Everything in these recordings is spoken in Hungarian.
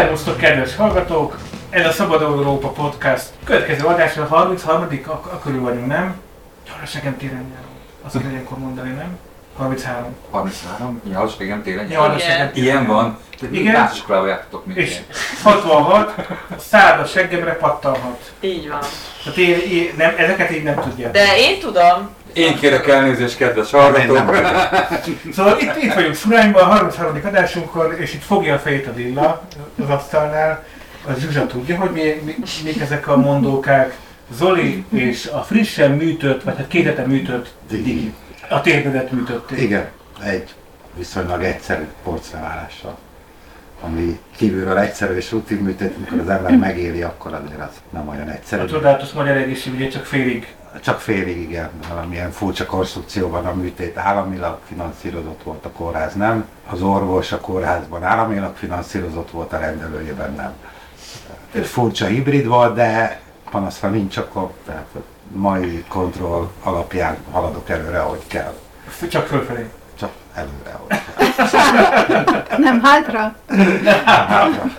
Szervusztok, kedves hallgatók! Ez a Szabad Európa Podcast következő adásra, a 33. Körül vagyunk, nem? Nyarasságem téren nyáron. Azt kell ilyenkor mondani, nem? 33. 33? Nyarasságem téren nyáron? Ilyen van. Igen. Lássuk rá, hogy jártatok mit. És 66, a szád a seggemre pattanhat. Így van. Tehát ezeket így nem tudják. De én tudom. Én kérek elnézést, kedves hallgatók! Szóval itt vagyunk Szurányban, a 33. adásunkkor, és itt fogja a fejét a Dilla az asztalnál. A Zsuzsa tudja, hogy mik ezek a mondókák. Zoli és a frissen műtött, vagy hát 2 hete műtött Digi. A térdedet műtött. Igen, egy viszonylag egyszerű porcleválással, ami kívülről egyszerű és rutin műtét, amikor az ember megéli, akkor azért az nem olyan egyszerű. A csodálatos magyar egészségügy csak félig. Csak félig, igen. Valamilyen furcsa konstrukcióban a műtét államilag finanszírozott volt, a kórház nem. Az orvos a kórházban államilag finanszírozott volt, a rendelőjében nem. Egy furcsa hibrid volt, de panaszra nincs, akkor tehát mai kontroll alapján haladok előre, ahogy kell. Csak fölfelé. Csak előre, ahogy kell. Nem hátra? Nem hátra.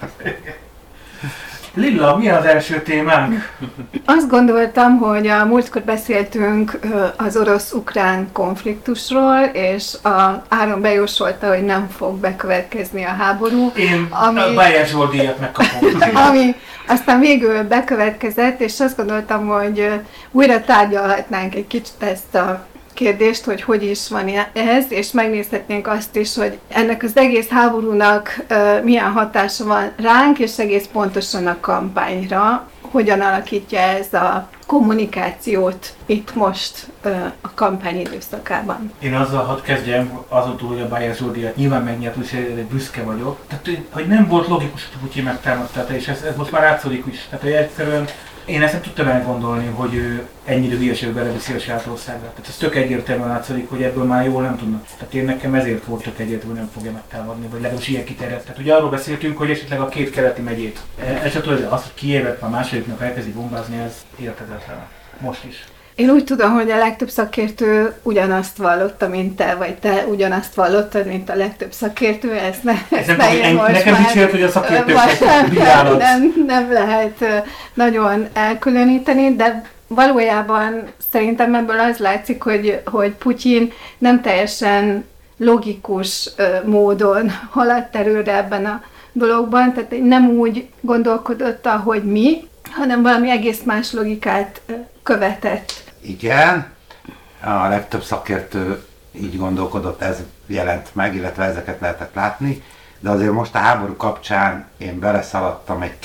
Lilla, mi az első témánk? Azt gondoltam, hogy a múltkor beszéltünk az orosz-ukrán konfliktusról, és Áron bejósolta, hogy nem fog bekövetkezni a háború. Én a Bayer Zsoldíjat megkapom. Ami aztán végül bekövetkezett, és azt gondoltam, hogy újra tárgyalhatnánk egy kicsit ezt a kérdést, hogy is van ez, és megnézhetnénk azt is, hogy ennek az egész háborúnak milyen hatása van ránk, és egész pontosan a kampányra, hogyan alakítja ez a kommunikációt itt most a kampány időszakában. Én azzal hadd kezdjem, azon túl, hogy a Bayer Zsoldíjat nyilván megnyert, úgyhogy büszke vagyok. Tehát, hogy nem volt logikus, hogy Putyin megtámadta, és ez most már látszik is. Tehát, hogy egyszerűen én ezt nem tudtam elgondolni, hogy ő ennyire hülyeségbe beviszi a saját országát. Tehát ez tök egyértelműen látszik, hogy ebből már jól nem tudnak. Tehát én nekem ezért volt tök egyértelmű, hogy nem fogja megtámadni, vagy legalábbis ilyen kiterjedt. Tehát ugye arról beszéltünk, hogy esetleg a 2 keleti megyét. Ez csak tudod, azt, hogy Kijevet már második nap elkezdi bombázni, ez életezetlen. Most is. Én úgy tudom, hogy a legtöbb szakértő ugyanazt vallotta, mint te, vagy te ugyanazt vallottad, mint a legtöbb szakértő. Nekem dicsért, hogy a szakértők nem lehet nagyon elkülöníteni, de valójában szerintem ebből az látszik, hogy Putyin nem teljesen logikus módon haladt előre ebben a dologban, tehát nem úgy gondolkodott, ahogy mi, hanem valami egész más logikát követett. Igen, a legtöbb szakértő így gondolkodott, ez jelent meg, illetve ezeket lehetett látni, de azért most a háború kapcsán én beleszaladtam egy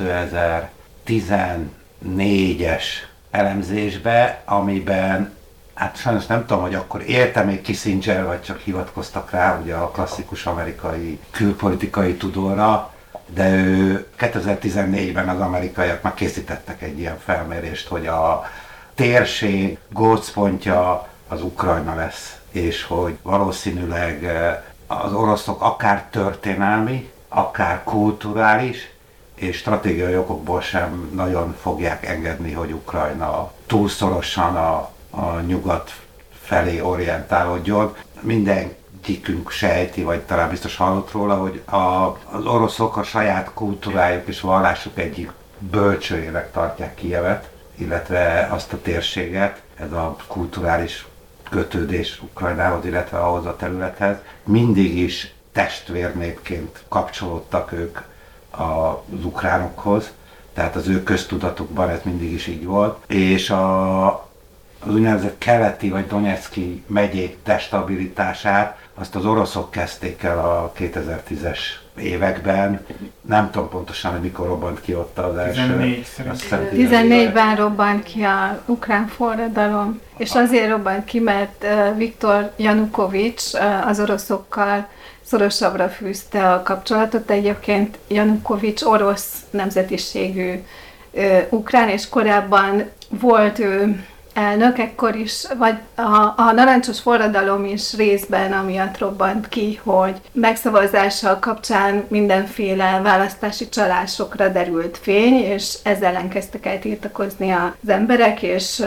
2014-es elemzésbe, amiben, hát sajnos nem tudom, hogy akkor élte még Kissinger, vagy csak hivatkoztak rá, ugye a klasszikus amerikai külpolitikai tudóra, de ő 2014-ben az amerikaiak már készítettek egy ilyen felmérést, hogy a térség gócpontja az Ukrajna lesz, és hogy valószínűleg az oroszok akár történelmi, akár kulturális, és stratégiai okokból sem nagyon fogják engedni, hogy Ukrajna túl szorosan a nyugat felé orientálódjon. Mindenkikünk sejti, vagy talán biztos hallott róla, hogy az oroszok a saját kultúrájuk és vallásuk egyik bölcsőjének tartják Kijevet, illetve azt a térséget, ez a kulturális kötődés Ukrajnához, illetve ahhoz a területhez. Mindig is testvérnépként kapcsolódtak ők az ukránokhoz, tehát az ő köztudatukban ez mindig is így volt, és az úgynevezett keleti vagy Donetszki megyék destabilitását azt az oroszok kezdték el a 2010-es években. Nem tudom pontosan, hogy mikor robbant ki ott az első. 14-ben robbant ki az ukrán forradalom, és azért robbant ki, mert Viktor Janukovics az oroszokkal szorosabbra fűzte a kapcsolatot. Egyébként Janukovics orosz nemzetiségű ukrán, és korábban volt ő elnök, ekkor is, vagy a narancsos forradalom is részben amiatt robbant ki, hogy megszavazással kapcsán mindenféle választási csalásokra derült fény, és ezzel ellen kezdtek el tiltakozni az emberek, és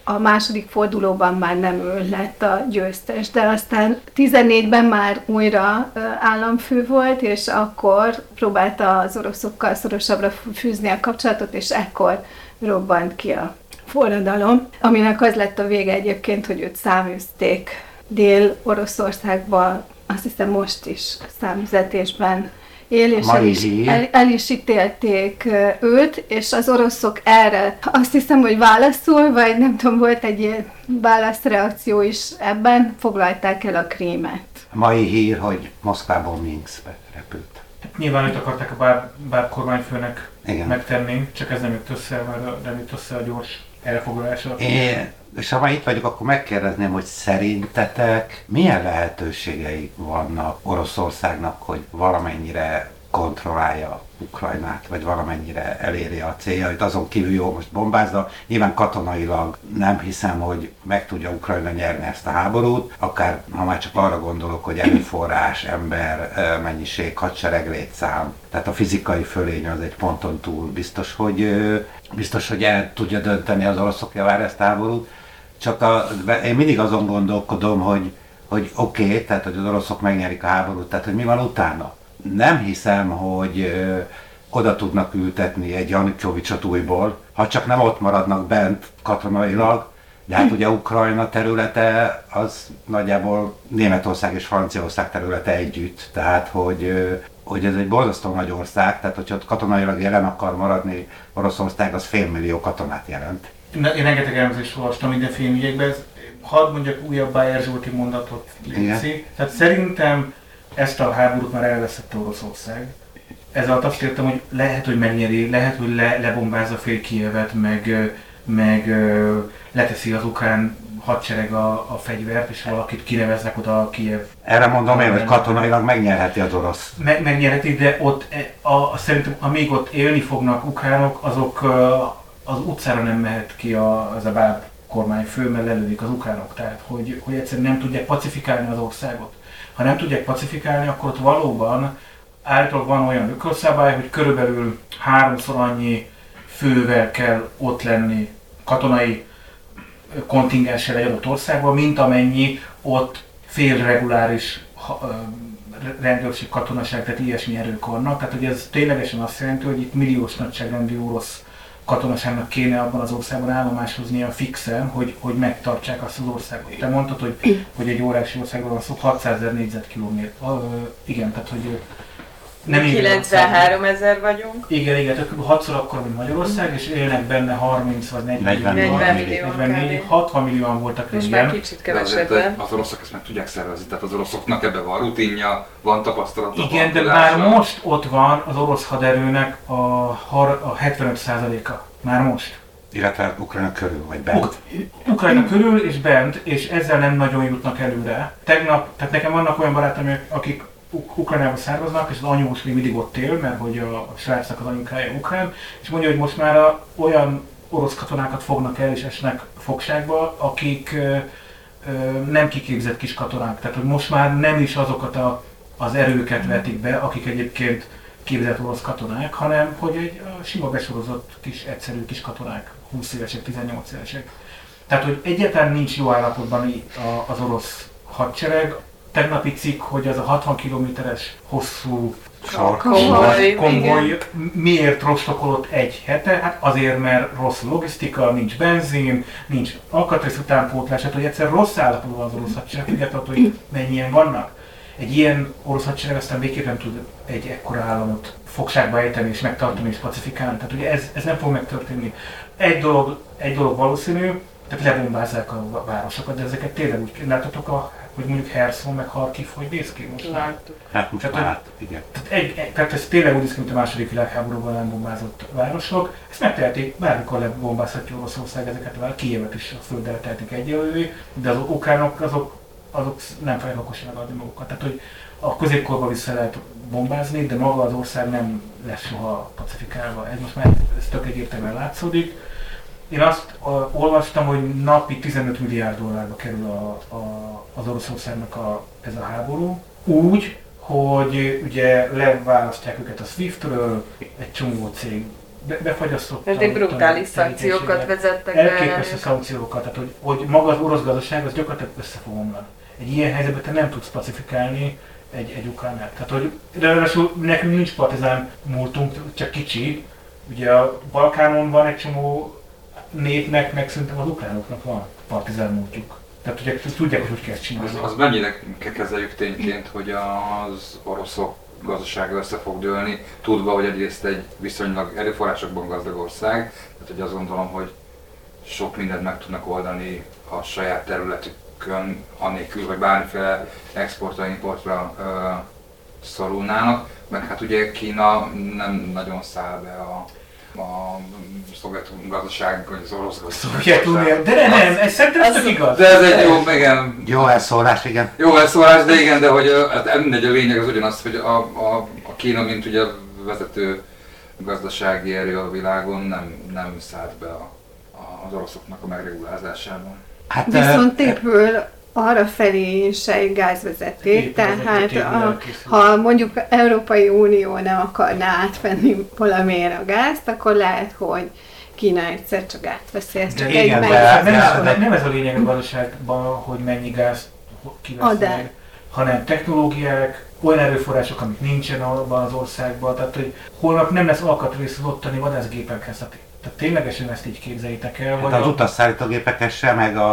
a második fordulóban már nem ő lett a győztes, de aztán 14-ben már újra államfő volt, és akkor próbálta az oroszokkal szorosabbra fűzni a kapcsolatot, és ekkor robbant ki a forradalom, aminek az lett a vége egyébként, hogy őt száműzték Dél-Oroszországba, azt hiszem most is száműzetésben él, és el is ítélték őt, és az oroszok erre azt hiszem, hogy válaszul, vagy nem tudom, volt egy ilyen válaszreakció is ebben, foglalták el a Krímet. Mai hír, hogy Moszkvából Minskbe repült. Nyilván őt akarták a bár kormányfőnek megtenni, csak ez nem jött össze, mert nem jött össze a gyors elfoglalása. És ha már itt vagyok, akkor megkérdezném, hogy szerintetek milyen lehetőségei vannak Oroszországnak, hogy valamennyire kontrollálja Ukrajnát, vagy valamennyire eléri a céljait, azon kívül jó, most bombázza, nyilván katonailag nem hiszem, hogy meg tudja Ukrajna nyerni ezt a háborút, akár ha már csak arra gondolok, hogy erőforrás, ember, mennyiség, hadsereg létszám, tehát a fizikai fölény az egy ponton túl biztos, hogy el tudja dönteni az oroszok javára ezt a háborút, csak én mindig azon gondolkodom, hogy oké, tehát hogy az oroszok megnyerik a háborút, tehát hogy mi van utána. Nem hiszem, hogy oda tudnak ültetni egy Janukovicsot újból, ha csak nem ott maradnak bent katonailag, de hát ugye Ukrajna területe az nagyjából Németország és Franciaország területe együtt, tehát hogy ez egy borzasztó nagy ország, tehát hogyha ott katonailag jelen akar maradni Oroszország, az 500 000 katonát jelent. Én rengeteg elemzést olvastam minden filmügyekben, hadd mondjak újabb Bájer Zsolti mondatot, Léci. Tehát szerintem ezt a háborút már elveszette Oroszország. Ez alatt azt értem, hogy lehet, hogy megnyeri, lehet, hogy lebombázza fél Kijevet, meg leteszi az ukrán hadsereg a fegyvert, és valakit kineveznek oda a Kijev. Erre mondom én, hogy katonailag megnyerheti az orosz. Megnyerheti, de ott szerintem amíg ott élni fognak ukránok, azok az utcára nem mehet ki az a báb kormányfő, mert lelődik az ukránok. Tehát, hogy egyszerűen nem tudják pacifikálni az országot. Ha nem tudják pacifikálni, akkor ott valóban általában van olyan ökölszabály, hogy körülbelül 3-szor annyi fővel kell ott lenni katonai kontingenssel egy adott országban, mint amennyi ott félreguláris rendőrség, katonaság, tehát ilyesmi erők vannak. Tehát hogy ez ténylegesen azt jelenti, hogy itt milliós nagyságrendű orosz katonaságnak kéne abban az országban állomásoznia fixen, hogy megtartsák azt az országot. Te mondtad, hogy egy órási országról van szó, 600 000 négyzetkilométer. Igen, tehát hogy nem 93 000 vagyunk. Igen, tehát kb. 6-szor akkor, mint Magyarország, és élnek benne 30 vagy 40 millió. 60 millióan voltak régen. Most már kicsit kevesebben. Az oroszok ezt meg tudják szervezni, tehát az oroszoknak ebben van rutinja, van tapasztalata. Igen, de már most ott van az orosz haderőnek a 75%-a. Már most. Illetve Ukrajna körül, vagy bent. Ukrajna körül és bent, és ezzel nem nagyon jutnak előre. Tegnap, tehát nekem vannak olyan barátaim, akik Ukrajnából származnak, és az anyós még mindig ott él, mert hogy a srácnak az anyukája ukrán, és mondja, hogy most már olyan orosz katonákat fognak el és esnek fogságba, akik nem kiképzett kis katonák. Tehát, hogy most már nem is azokat az erőket vetik be, akik egyébként képzett orosz katonák, hanem hogy egy sima besorozott kis egyszerű kis katonák, 20 évesek, 18 évesek. Tehát, hogy egyáltalán nincs jó állapotban az orosz hadsereg. Tegnapi cikk, hogy az a 60 kilométeres hosszú konvoj miért rostokolott egy hete? Hát azért, mert rossz logisztika, nincs benzin, nincs alkatrész utánpótlás, hát hogy egyszer rossz állapotban az orosz hadsereg, tudjátok, hogy mennyien vannak. Egy ilyen orosz hadsereg aztán végképp nem tud egy ekkora államot fogságba ejteni és megtartani és pacifikálni. Tehát ugye ez nem fog megtörténni. Egy dolog valószínű, tehát lebombázzák a városokat, de ezeket tényleg úgy láttatok, hogy mondjuk Herson meg Harkiv, hogy néz ki most? Láttuk. Hát most igen. Tehát ez tényleg úgy néz ki, mint a második világháborúban lebombázott városok. Ezt megtehetik, bármikor lebombázhatja Oroszország ezeket a városokat, Kijevet is a földre tehetik egyelővé, de az ukránok azok nem fogják okosan megadni magukat. Tehát, hogy a középkorban vissza lehet bombázni, de maga az ország nem lesz soha pacifikálva. Ez most már tök egyértelműen látszódik. Én azt olvastam, hogy napi 15 milliárd dollárba kerül az Oroszországnak ez a háború. Úgy, hogy ugye leválasztják őket a SWIFT-ről, egy csomó cég befagyasztotta. Ez egy brutális szankciókat vezettek be. Elképesztő szankciókat, tehát hogy maga az orosz gazdaság az gyakorlatilag össze fog omlani. Egy ilyen helyzetben te nem tudsz pacifikálni egy ukránát. Tehát, hogy ráadásul nekünk nincs partizán múltunk, csak kicsi. Ugye a Balkánon van egy csomó népnek, meg szerintem az ukránoknak van partizán múltjuk. Tehát ugye tudják, hogy kell ezt csinálni. Az mennyire kezeljük tényként, hogy az oroszok gazdasága össze fog dőlni, tudva, hogy egyrészt egy viszonylag erőforrásokban gazdag ország, tehát hogy azt gondolom, hogy sok mindent meg tudnak oldani a saját területükön, anélkül, hogy bármiféle exportra, importra szorulnának, meg hát ugye Kína nem nagyon száll be a szovjet gazdaság, vagy az orosz gazdaság. De nem, ez szerintem tök igaz. De ez egy jó, igen. Jó elszólás, igen. Jó elszólás, de igen, de hogy hát mindegy, a lényeg az ugyanaz, hogy a Kína, mint ugye vezető gazdasági erő a világon nem szállt be az oroszoknak a megregulázásában. Hát, viszont épül arra felé is egy gázvezeték, tehát ha mondjuk Európai Unió nem akarná átvenni valamiért a gázt, akkor lehet, hogy Kína egyszer csak átveszi ezt, csak igen, nem ez a lényeg a gazdaságban, hogy mennyi gáz kivesz meg, hanem technológiák, olyan erőforrások, amik nincsen abban az országban, tehát hogy holnap nem lesz alkatrész az ottani vadászgépekhez. Tehát ténylegesen ezt így képzeljétek el, vagy az utasszállítógépekkel sem,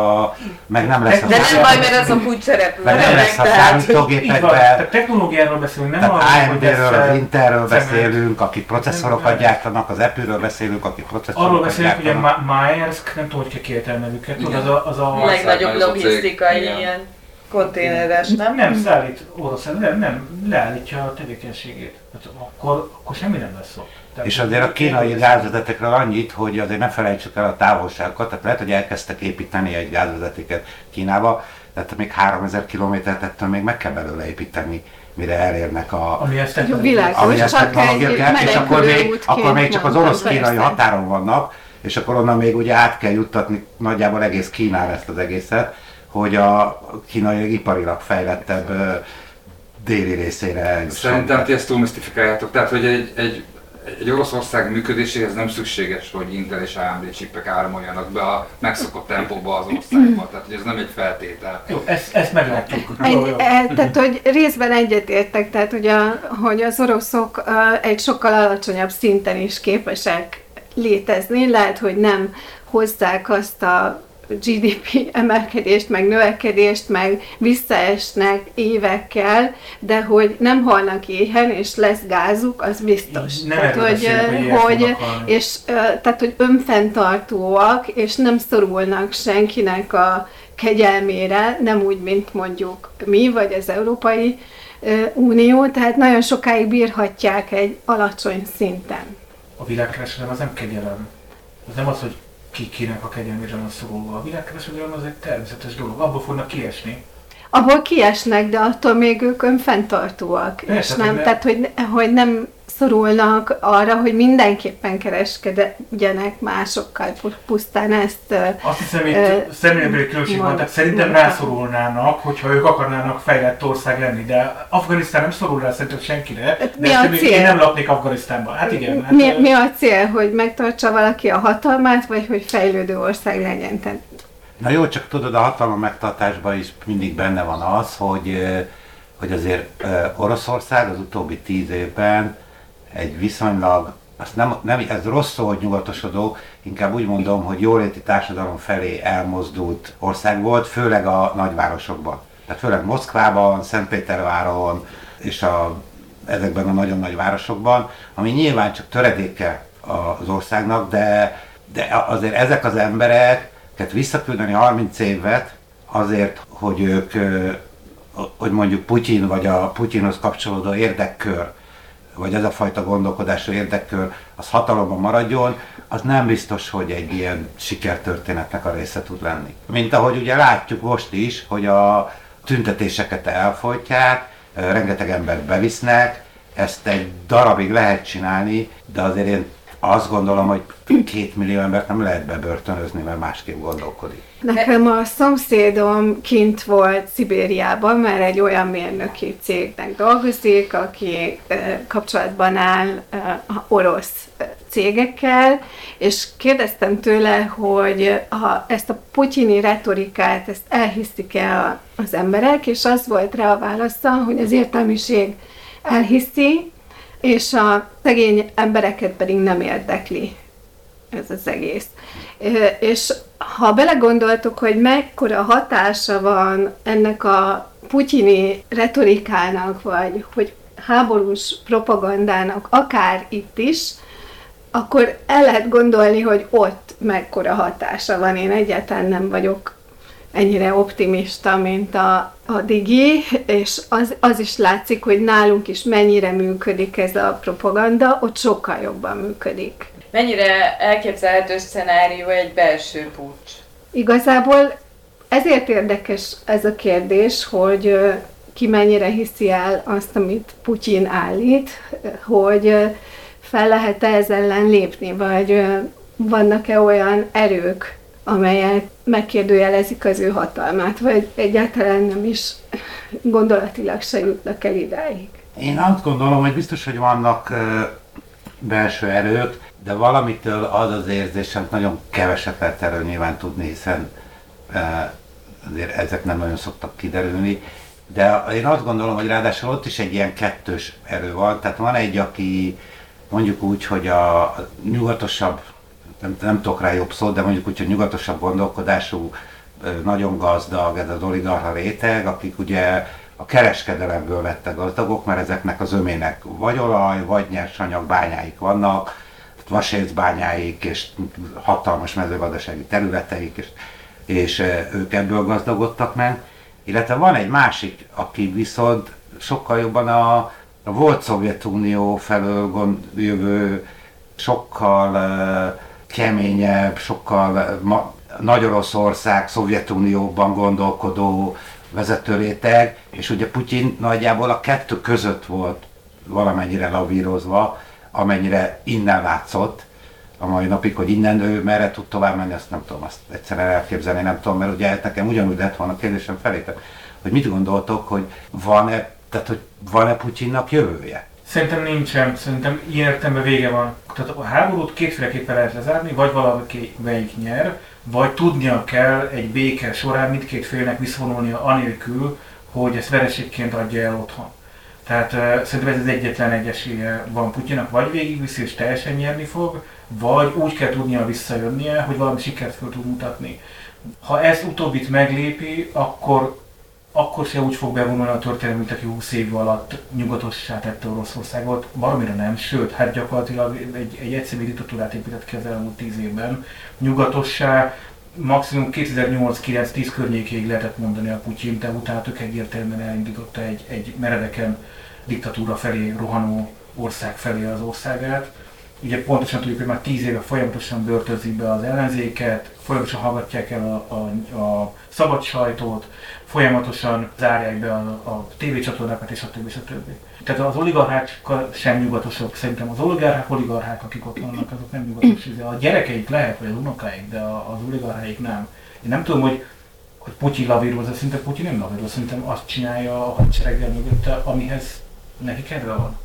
meg nem lesz a de nem baj, mert az a úgy szerepel. Meg nem lesz a számítógépekben. Tehát technológiáról beszélünk, nem arról, hogy AMD-ről, az Intelről beszélünk, akik processzorokat gyártanak, az Apple-ről beszélünk, akik processzorokat gyártanak. Arról beszélünk, ugye Maersk, nem tudom, hogy ki kérte a nevüket, az a legnagyobb logisztikai ilyen konténeres, nem? Nem szállít Oroszország, nem leállítja a tevékenységét. Akkor semmi nem lesz ott. És azért a kínai gázvezetékről annyit, hogy azért ne felejtsük el a távolságokat, tehát lehet, hogy elkezdtek építeni egy gázvezetéket Kínába, tehát még 3000 kilométert ettől még meg kell belőle építeni, mire elérnek amihez technológia kell, és akkor még csak az orosz-kínai határon vannak, és akkor onnan még ugye át kell juttatni nagyjából egész Kínára ezt az egészet, hogy a kínai iparilag fejlettebb déli részére eljusson. Szerintem ti ezt túl misztifikáljátok, tehát hogy egy Oroszország működéséhez nem szükséges, hogy Intel és AMD csipek áramoljanak be a megszokott tempóba az országba, tehát hogy ez nem egy feltétel. Jó, ezt meglátjuk. Tehát, hogy részben egyetértek, tehát hogy az oroszok egy sokkal alacsonyabb szinten is képesek létezni, lehet, hogy nem hozzák azt a GDP emelkedést, meg növekedést, meg visszaesnek évekkel, de hogy nem halnak éhen, és lesz gázuk, az biztos. Tehát, hogy önfenntartóak, és nem szorulnak senkinek a kegyelmére, nem úgy, mint mondjuk mi, vagy az Európai Unió, tehát nagyon sokáig bírhatják egy alacsony szinten. A világkereskedelem az nem kegyelem. Az nem az, hogy kinek a kegyelmére van szorulva. A világkereskedelem az egy természetes dolog, abból fognak kiesni. Abból kiesnek, de attól még ők önfenntartóak. Persze, és nem, tehát, hogy nem szorulnak arra, hogy mindenképpen kereskedjenek másokkal, pusztán ezt... Azt hiszem, itt szemlélőbeli különbség van, tehát szerintem rászorulnának, hogyha ők akarnának fejlett ország lenni, de Afganisztán nem szorul rá szerintem senkire, de én nem laknék Afganisztánban. Hát igen. Mi a cél, hogy megtartsa valaki a hatalmát, vagy hogy fejlődő ország legyen? Na jó, csak tudod, a hatalom megtartásban is mindig benne van az, hogy azért Oroszország az utóbbi 10 évben egy viszonylag, azt nem, ez rossz szó, hogy nyugatosodó, inkább úgy mondom, hogy jóléti társadalom felé elmozdult ország volt, főleg a nagyvárosokban. Tehát főleg Moszkvában, Szentpéterváron és ezekben a nagyon nagy városokban, ami nyilván csak töredéke az országnak, de azért ezek az embereket visszaküldeni 30 évet azért, hogy ők, hogy mondjuk Putyin vagy a Putyinhoz kapcsolódó érdekkör, vagy ez a fajta gondolkodású érdekkör, az hatalomban maradjon, az nem biztos, hogy egy ilyen sikertörténetnek a része tud lenni. Mint ahogy ugye látjuk most is, hogy a tüntetéseket elfojtják, rengeteg embert bevisznek, ezt egy darabig lehet csinálni, de azért én azt gondolom, hogy 2 millió embert nem lehet bebörtönözni, mert másképp gondolkodik. Nekem a szomszédom kint volt Szibériában, mert egy olyan mérnöki cégnek dolgozik, aki kapcsolatban áll orosz cégekkel, és kérdeztem tőle, hogy ezt a putyini retorikát, ezt elhiszik-e az emberek, és az volt rá a válasza, hogy az értelmiség elhiszi, és a szegény embereket pedig nem érdekli ez az egész. És ha belegondoltuk, hogy mekkora hatása van ennek a putyini retorikának, vagy hogy háborús propagandának, akár itt is, akkor el lehet gondolni, hogy ott mekkora hatása van. Én egyáltalán nem vagyok ennyire optimista, mint a Digi, és az is látszik, hogy nálunk is mennyire működik ez a propaganda, ott sokkal jobban működik. Mennyire elképzelhető szenárió egy belső puccs? Igazából ezért érdekes ez a kérdés, hogy ki mennyire hiszi el azt, amit Putyin állít, hogy fel lehet-e ez ellen lépni, vagy vannak-e olyan erők, amelyek megkérdőjelezik az ő hatalmát, vagy egyáltalán nem is gondolatilag se jutnak el idáig. Én azt gondolom, hogy biztos, hogy vannak belső erők, de valamitől az az érzésem, nagyon keveset lehet erről nyilván tudni, hiszen azért ezek nem nagyon szoktak kiderülni, de én azt gondolom, hogy ráadásul ott is egy ilyen kettős erő van, tehát van egy, aki mondjuk úgy, hogy a nyugatosabb, nem tudok rá jobb szót, de mondjuk úgy, hogy nyugatosabb gondolkodású, nagyon gazdag ez az oligarcha réteg, akik ugye a kereskedelemből lettek gazdagok, mert ezeknek az ömének vagy olaj, vagy nyersanyag bányáik vannak, vasészbányáik és hatalmas mezőgazdasági területeik, és ők ebből gazdagodtak meg. Illetve van egy másik, aki viszont sokkal jobban a volt Szovjetunió felől jövő, sokkal keményebb, sokkal Nagy-Oroszország, Szovjetunióban gondolkodó vezetőréteg, és ugye Putyin nagyjából a kettő között volt valamennyire lavírozva, amennyire innen látszott a mai napig, hogy innen ő merre tud tovább menni, azt nem tudom, azt egyszerűen elképzelni, nem tudom, mert ugye nekem ugyanúgy lett volna a kérdésem felétek, hogy mit gondoltok, hogy van-e Putyinnak jövője? Szerintem nincsen, szerintem ilyen értelemben vége van. Tehát a háborút kétféleképpen lehet lezárni, vagy valamelyik nyer, vagy tudnia kell egy béke során mindkét félnek visszavonulnia anélkül, hogy ezt vereségként adja el otthon. Tehát szerintem ez az egyetlen egy esélye van Putyinnak, vagy végigviszi és teljesen nyerni fog, vagy úgy kell tudnia visszajönnie, hogy valami sikert fel tud mutatni. Ha ezt utóbbit meglépi, akkor se úgy fog bevonulni a történelem, mint aki 20 év alatt nyugatossá tette Oroszországot, valamire nem, sőt, hát gyakorlatilag egy egyszerű diktatúrát épített ki az elmúlt 10 évben. Nyugatossá maximum 2008-9-10 környékéig lehetett mondani a Putyin, de utána tök egyértelműen elindította egy meredeken diktatúra felé rohanó ország felé az országát. Ugye pontosan tudjuk, hogy már 10 éve folyamatosan börtönzik be az ellenzéket, folyamatosan hallgatják el a szabad sajtót, folyamatosan zárják be a tévécsatornákat és a többi. Tehát az oligarchák sem nyugatosok, szerintem az oligarchák, akik ott vannak, azok nem nyugatosok. A gyerekeik lehet, vagy az unokáik, de az oligarcháik nem. Én nem tudom, hogy Putyin lavírozza, szerintem Putyin nem lavírozza, szerintem azt csinálja a hadsereggel mögötte, amihez neki kedve van.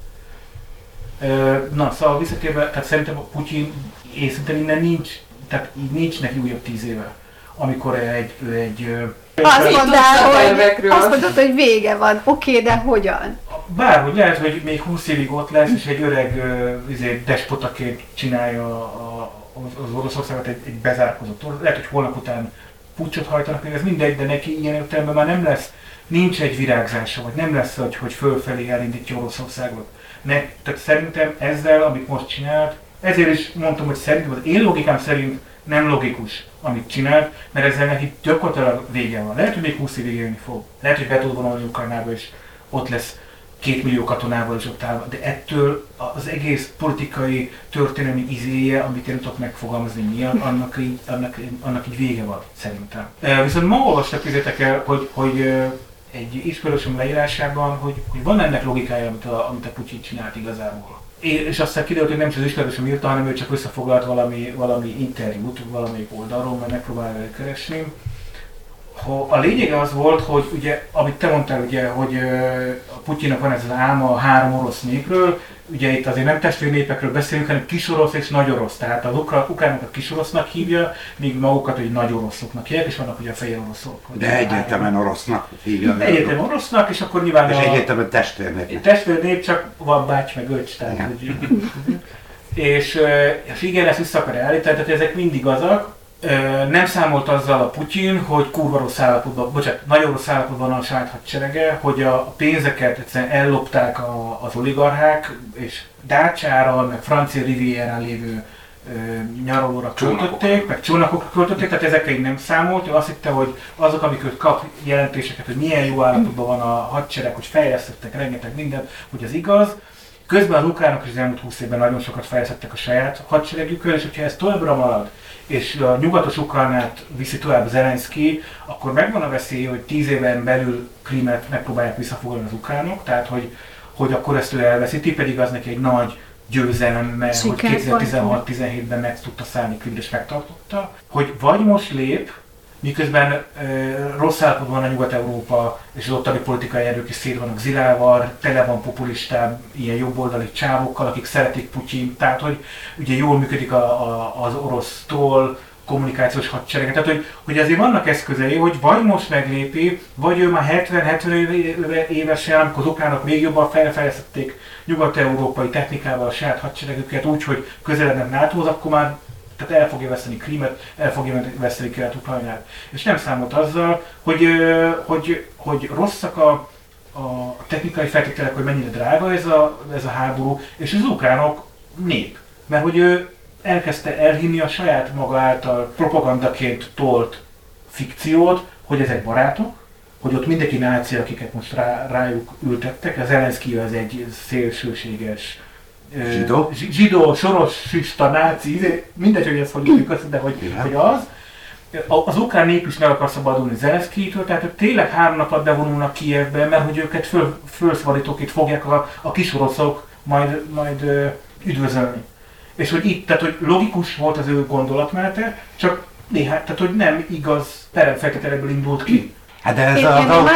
Na, szóval visszatérve, tehát szerintem a Putyin, és szerintem innen nincs neki újabb 10 éve, amikor azt mondod, hogy vége van. Oké, de hogyan? Bárhogy lehet, hogy még 20 évig ott lesz, és egy öreg despotaként csinálja az Oroszországot egy bezárkozott. Lehet, hogy holnap után puccsot hajtanak, ez mindegy, de neki ilyen értelemben már nem lesz, nincs egy virágzása, vagy nem lesz, hogy fölfelé elindítja Oroszországot. Tehát szerintem ezzel, amit most csinált, ezért is mondtam, hogy szerintem az én logikám szerint nem logikus, amit csinált, mert ezzel neki gyakorlatilag vége van. Lehet, hogy még 20 évig élni fog. Lehet, hogy be tud vonulni Ukrajnába, és ott lesz 2 millió katonával is ott állva. De ettől az egész politikai, történelmi izéje, amit én tudok megfogalmazni miatt, annak így vége van, szerintem. Viszont ma olvastak, fizétek el, hogy egy ismerősöm leírásában, hogy van ennek logikája, amit a Putyin csinált igazából. És aztán kiderült, hogy nem csak az ismerősöm írta, hanem ő csak összefoglalt valami interjút valamelyik oldalról, mert megpróbálja keresni. A lényege az volt, hogy ugye, amit te mondtál, ugye, hogy a Putyinnak van ez az álma a 3 orosz népről, ugye itt azért nem testvérnépekről beszélünk, hanem kisorosz és nagyorosz. Tehát az ukránokat kisorosznak hívja, míg magukat egy nagy oroszoknak hívják, és vannak ugye a fehér oroszok. De egyértelműen orosznak hívja. Egyértelműen orosznak, és akkor nyilván és egyértelműen testvérnép. Testvérnép, csak van bács meg öcs, tehát hogy... és igen, ezt vissza akar állítani, tehát ezek mind igazak. Nem számolt azzal a Putyin, hogy kurva rossz állapotban, nagyon rossz állapotban van a saját hadserege, hogy a pénzeket egyszerűen ellopták az oligarchák, és Dácsára, meg Francia Rivierán lévő nyaralóra költötték, meg csónakokra költötték, tehát ezekre így nem számolt. Ő azt hitte, hogy azok, amikor kap jelentéseket, hogy milyen jó állapotban van a hadsereg, hogy fejlesztettek rengeteg mindent, hogy az igaz. Közben az ukránok is az elmúlt 20 évben nagyon sokat fejlesztettek a saját hadseregükön, és hogyha ez továbbra marad, és a nyugatos Ukrajnát viszi tovább Zelenszky, akkor megvan a veszély, hogy 10 éven belül Krímet megpróbálják visszafoglalni az ukránok, tehát hogy akkor ezt ő elveszíti, pedig az neki egy nagy győzelem, mert hogy 2016-17-ben meg tudta szállni Krímet és megtartotta, hogy vagy most lép, miközben rossz állapotban van a Nyugat-Európa, és az ottani politikai erők is szét vannak zilálva, tele van populistább, ilyen jobboldali csávokkal, akik szeretik Putyin, tehát hogy ugye jól működik az orosz-tól kommunikációs hadsereg. Tehát hogy azért vannak eszközei, hogy vagy most meglépi, vagy ő már 70-70 évesen, amikor az ukránok még jobban fejlesztették nyugat-európai technikával a saját hadseregüket úgy, hogy közelednek NATO-hoz, akkor már tehát el fogja veszteni Krímet, el fogja veszteni Kelet-Ukrajnát. És nem számolt azzal, hogy rosszak a technikai feltételek, hogy mennyire drága ez a háború, és az ukránok nép. Mert hogy ő elkezdte elhinni a saját maga által propagandaként tolt fikciót, hogy ezek barátok, hogy ott mindenki náci, akiket most rájuk ültettek. Az Zelenszky az egy szélsőséges zsidó, soroszista, náci, mindegy, hogy ezt fogjuk össze, de hogy az. Az ukrán nép is meg akar szabadulni Zelenszkytől, tehát tényleg 3 nap alatt bevonulnak Kijevbe, mert hogy őket fölszabadítóként fogják a kisoroszok majd üdvözölni. És hogy itt, tehát hogy logikus volt az ő gondolatmenete, csak néhány, tehát hogy nem igaz peremfeltételekből indult ki. Hát de ez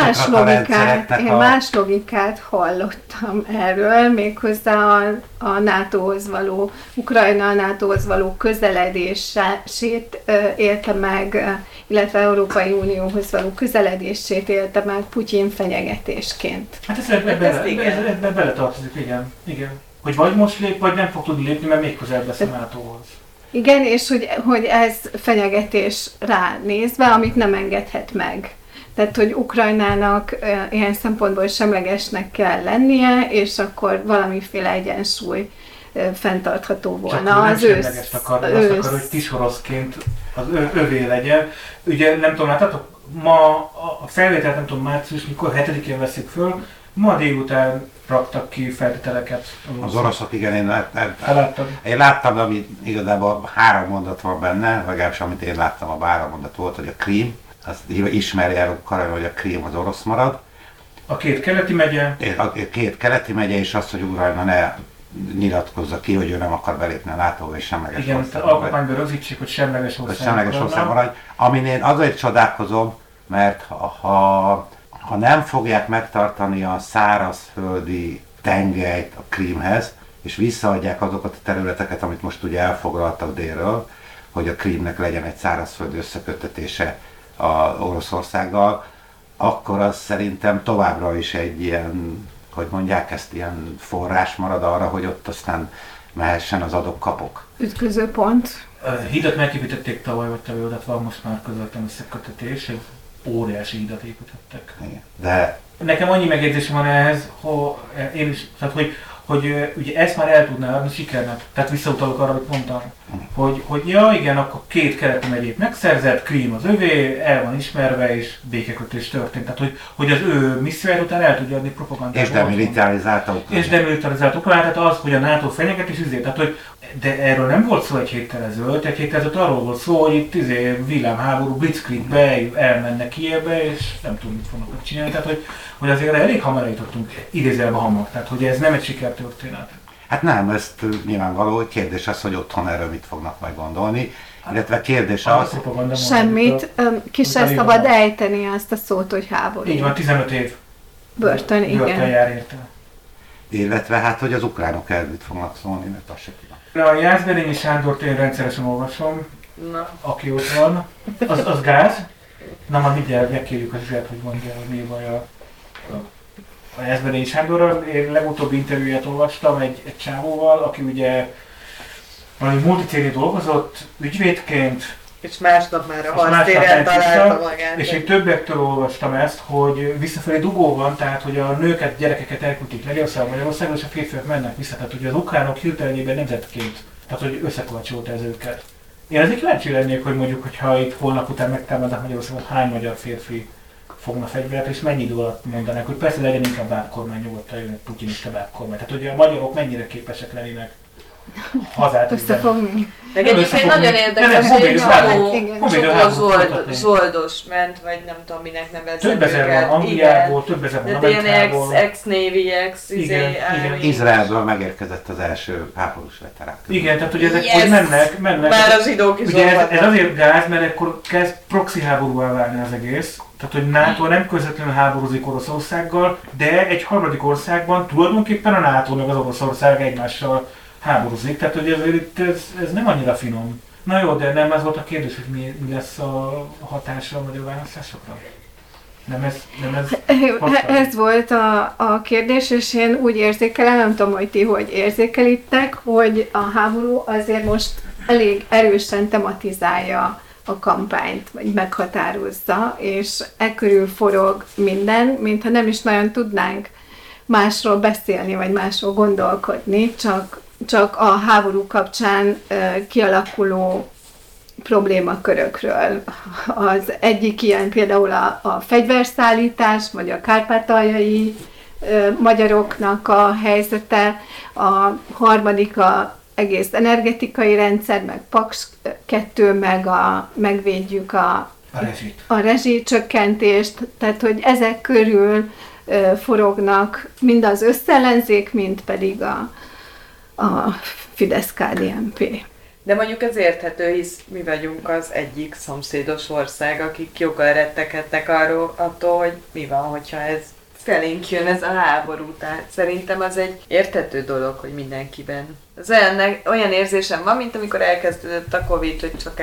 én más logikát hallottam erről, méghozzá a NATO-hoz való, Ukrajna a NATO-hoz való közeledését élte meg, illetve Európai Unióhoz való közeledését élte meg Putyin fenyegetésként. Hát ez ebben beletartozik, igen. Hogy vagy most lép, vagy nem fog tudni lépni, mert még közelebb lesz a NATO-hoz. Igen, és hogy ez fenyegetés ránézve, amit nem engedhet meg. Tehát, hogy Ukrajnának ilyen szempontból semlegesnek kell lennie, és akkor valamiféle egyensúly fenntartható volna. Csak az semlegest akar, hogy kisoroszként az övé legyen. Ugye nem tudom, láttátok, ma a felvételt nem tudom március, mikor 7-én veszik föl, ma délután raktak ki feltételeket. Az oroszok, igen, én láttam, ami igazából 3 mondat van benne, legalábbis amit én láttam, a 3 mondat volt, hogy a Krím, azt ismeri el Ukrajna, hogy a Krím az orosz marad. A 2 keleti megye. A 2 keleti megye, és azt, hogy Ukrajna ne nyilatkozza ki, hogy ő nem akar belépni a NATO-ba, és semleges ország. Igen, alkotmányban rögzítsék, hogy semleges ország maradj. Amin én azért csodálkozom, mert ha nem fogják megtartani a szárazföldi tengelyt a Krímhez, és visszaadják azokat a területeket, amit most ugye elfoglaltak délről, hogy a Krímnek legyen egy szárazföldi összeköttetése a Oroszországgal, akkor az szerintem továbbra is egy ilyen, hogy mondják ezt, ilyen forrás marad arra, hogy ott aztán mehessen az adok-kapok. Ütközőpont. A hídat megépítették tavaly, vagy tavaly oda van most már közvetlen összeköttetés, egy óriási hídat építettek. Igen. De nekem annyi megjegyzésem van ehhez, én is, tehát hogy ugye ezt már el tudná adni sikernek. Tehát visszautalok arra, amit mondtam, hogy ja igen, akkor 2 keleti megyét megszerzett, Krím az övé, el van ismerve és békekötés történt. Tehát hogy az ő misszióját után el tudja adni propagandát. És demilitarizálta Ukrajnát. És demilitarizálta Ukrajnát, tehát az, hogy a NATO fenyeget és üzét. Tehát, hogy de erről nem volt szó egy héttel ezelőtt arról volt szó, hogy itt villámháború, blitzkriegbe elmennek Kijevbe, és nem tudom, mit fognak csinálni. Tehát, hogy azért elég hamar eljutottunk, idézelve hamar. Tehát, hogy ez nem egy sikertörténet. Hát nem, ezt nyilvánvaló, kérdés az, hogy otthon erről mit fognak majd gondolni. Illetve kérdés A az, propaganda Semmit, ki se Utána szabad van. ejteni azt a szót, hogy háború. Így van, 15 év. Börtön, Börtön igen. jár érte. illetve hát, hogy az ukránok erről mit fognak szólni, mert az se tudom. A Jászberényi Sándort én rendszeresen olvasom, Na. aki ott van. Az gáz. Na, már mindjárt megkérjük az Zsert, hogy mondja, hogy mi baj a Jászberényi Sándorral. Én legutóbbi interjúját olvastam egy csávóval, aki ugye valami multicégnél dolgozott, ügyvédként, És másnap már a és másnap harctéren ment találta vissza, magát. és én többektől olvastam ezt, hogy visszafelé dugó van, tehát hogy a nőket, gyerekeket elküldik Magyarországon, és a férfiak mennek vissza. Tehát hogy az ukránok hirtelenében nemzetként, tehát hogy összekovácsolta ez őket. Én azért kíváncsi lennék, hogy mondjuk, hogyha itt holnap után megtámadnak Magyarországon, hány magyar férfi fogna fegyvert, és mennyi idő alatt mondanák, hogy persze legyen inkább bábkormány, nyugodtan jön egy putinista bábkormány. Tehát hogy a magyarok mennyire képesek lennének hazát Összefogni. Meg egyébként nagyon érdekes, hogy csomó zsoldos ment, vagy nem tudom minek nevezzük több ezer van őket. Angliából, több ezer van De ilyen Amerikából. ex-Navy, Igen. Izraelből megérkezett az első háborús veterán. Igen, tehát ugye ezek Yes! hogy mennek. Már a zsidók is Ugye ez olvadtak. azért gáz, mert akkor kezd proxy háborúvá válni az egész. Tehát, hogy NATO nem közvetlenül háborúzik Oroszországgal, de egy harmadik országban tulajdonképpen a NATO meg az Oroszország egymással háborúzik. Tehát, hogy ezért itt ez nem annyira finom. Na jó, de nem ez volt a kérdés, hogy mi lesz a hatása a magyar választásokra? Nem ez Ez volt a kérdés, és én úgy érzékelem, nem tudom, hogy ti hogy érzékelitek, hogy a háború azért most elég erősen tematizálja a kampányt, vagy meghatározza, és e körül forog minden, mintha nem is nagyon tudnánk másról beszélni, vagy másról gondolkodni, csak a háború kapcsán kialakuló problémakörökről. Az egyik ilyen például a fegyverszállítás, vagy a kárpátaljai magyaroknak a helyzete, a harmadik a egész energetikai rendszer, meg Paks 2, meg megvédjük a rezsicsökkentést, tehát hogy ezek körül forognak mind az összellenzék, mind pedig a Fidesz-KDNP. De mondjuk ez érthető, hisz mi vagyunk az egyik szomszédos ország, akik joggal retteghetnek attól, hogy mi van, hogyha ez felénk jön ez a háború. Tehát szerintem az egy érthető dolog, hogy mindenkiben. Az olyan érzésem van, mint amikor elkezdődött a Covid, hogy csak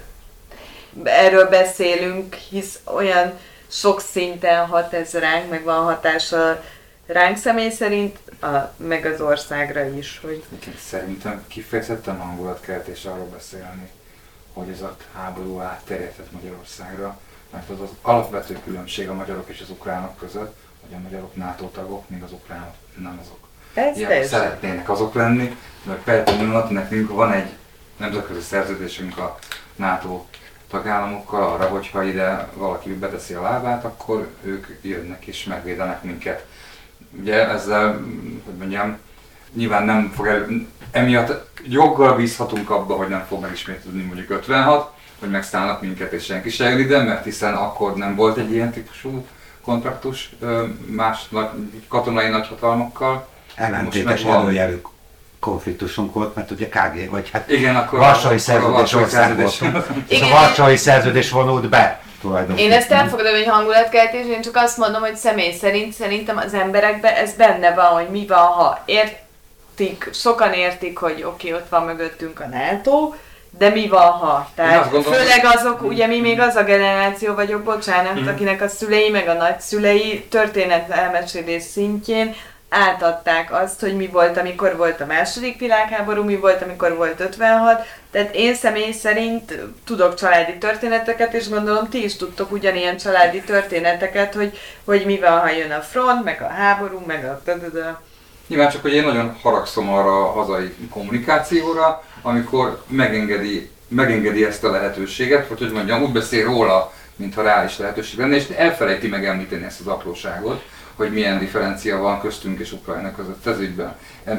erről beszélünk, hisz olyan sok szinten hat ez ránk, meg van hatása ránk személy szerint, meg az országra is. Hogy... Szerintem kifejezetten hangulatkeltés arról beszélni, hogy ez a háború átterjedhet Magyarországra, mert az alapvető különbség a magyarok és az ukránok között, hogy a magyarok NATO tagok, míg az ukránok nem azok. Szeretnének azok lenni, de per pillanat nekünk van egy nemzetközi szerződésünk a NATO tagállamokkal arra, hogyha ide valaki beteszi a lábát, akkor ők jönnek és megvédenek minket. Ugye ezzel, hogy mondjam, nyilván nem fog emiatt joggal bízhatunk abba, hogy nem fog megismétlődni mondjuk 56, hogy megszállnak minket és senki se jön ide, mert hiszen akkor nem volt egy ilyen típusú kontraktus más katonai nagyhatalmakkal. Ellentétes előjelű konfliktusunk volt, mert ugye KG, vagy hát igen, akkor Varsói Szerződés ország voltunk, és a Varsói Szerződés vonult be tulajdonképpen. Én ezt elfogadom, hogy hangulatkeltés, én csak azt mondom, hogy személy szerint szerintem az emberekben ez benne van, hogy mi van, ha értik, sokan értik, hogy oké, ott van mögöttünk a NATO, de mi van, ha? Tehát gondolom, főleg azok, ugye mi még az a generáció vagyok, bocsánat, akinek a szülei, meg a nagyszülei történet elmesélés szintjén átadták azt, hogy mi volt, amikor volt a második világháború, mi volt, amikor volt 56. Tehát én személy szerint tudok családi történeteket, és gondolom ti is tudtok ugyanilyen családi történeteket, hogy mi van, ha jön a front, meg a háború, meg a... Nyilván csak, hogy én nagyon haragszom arra a hazai kommunikációra, amikor megengedi ezt a lehetőséget, vagy hogy mondjam, úgy beszél róla, mintha reális lehetőség lenne, és elfelejti megemlíteni ezt az apróságot, hogy milyen differencia van köztünk és Ukrajna között ez ügyben.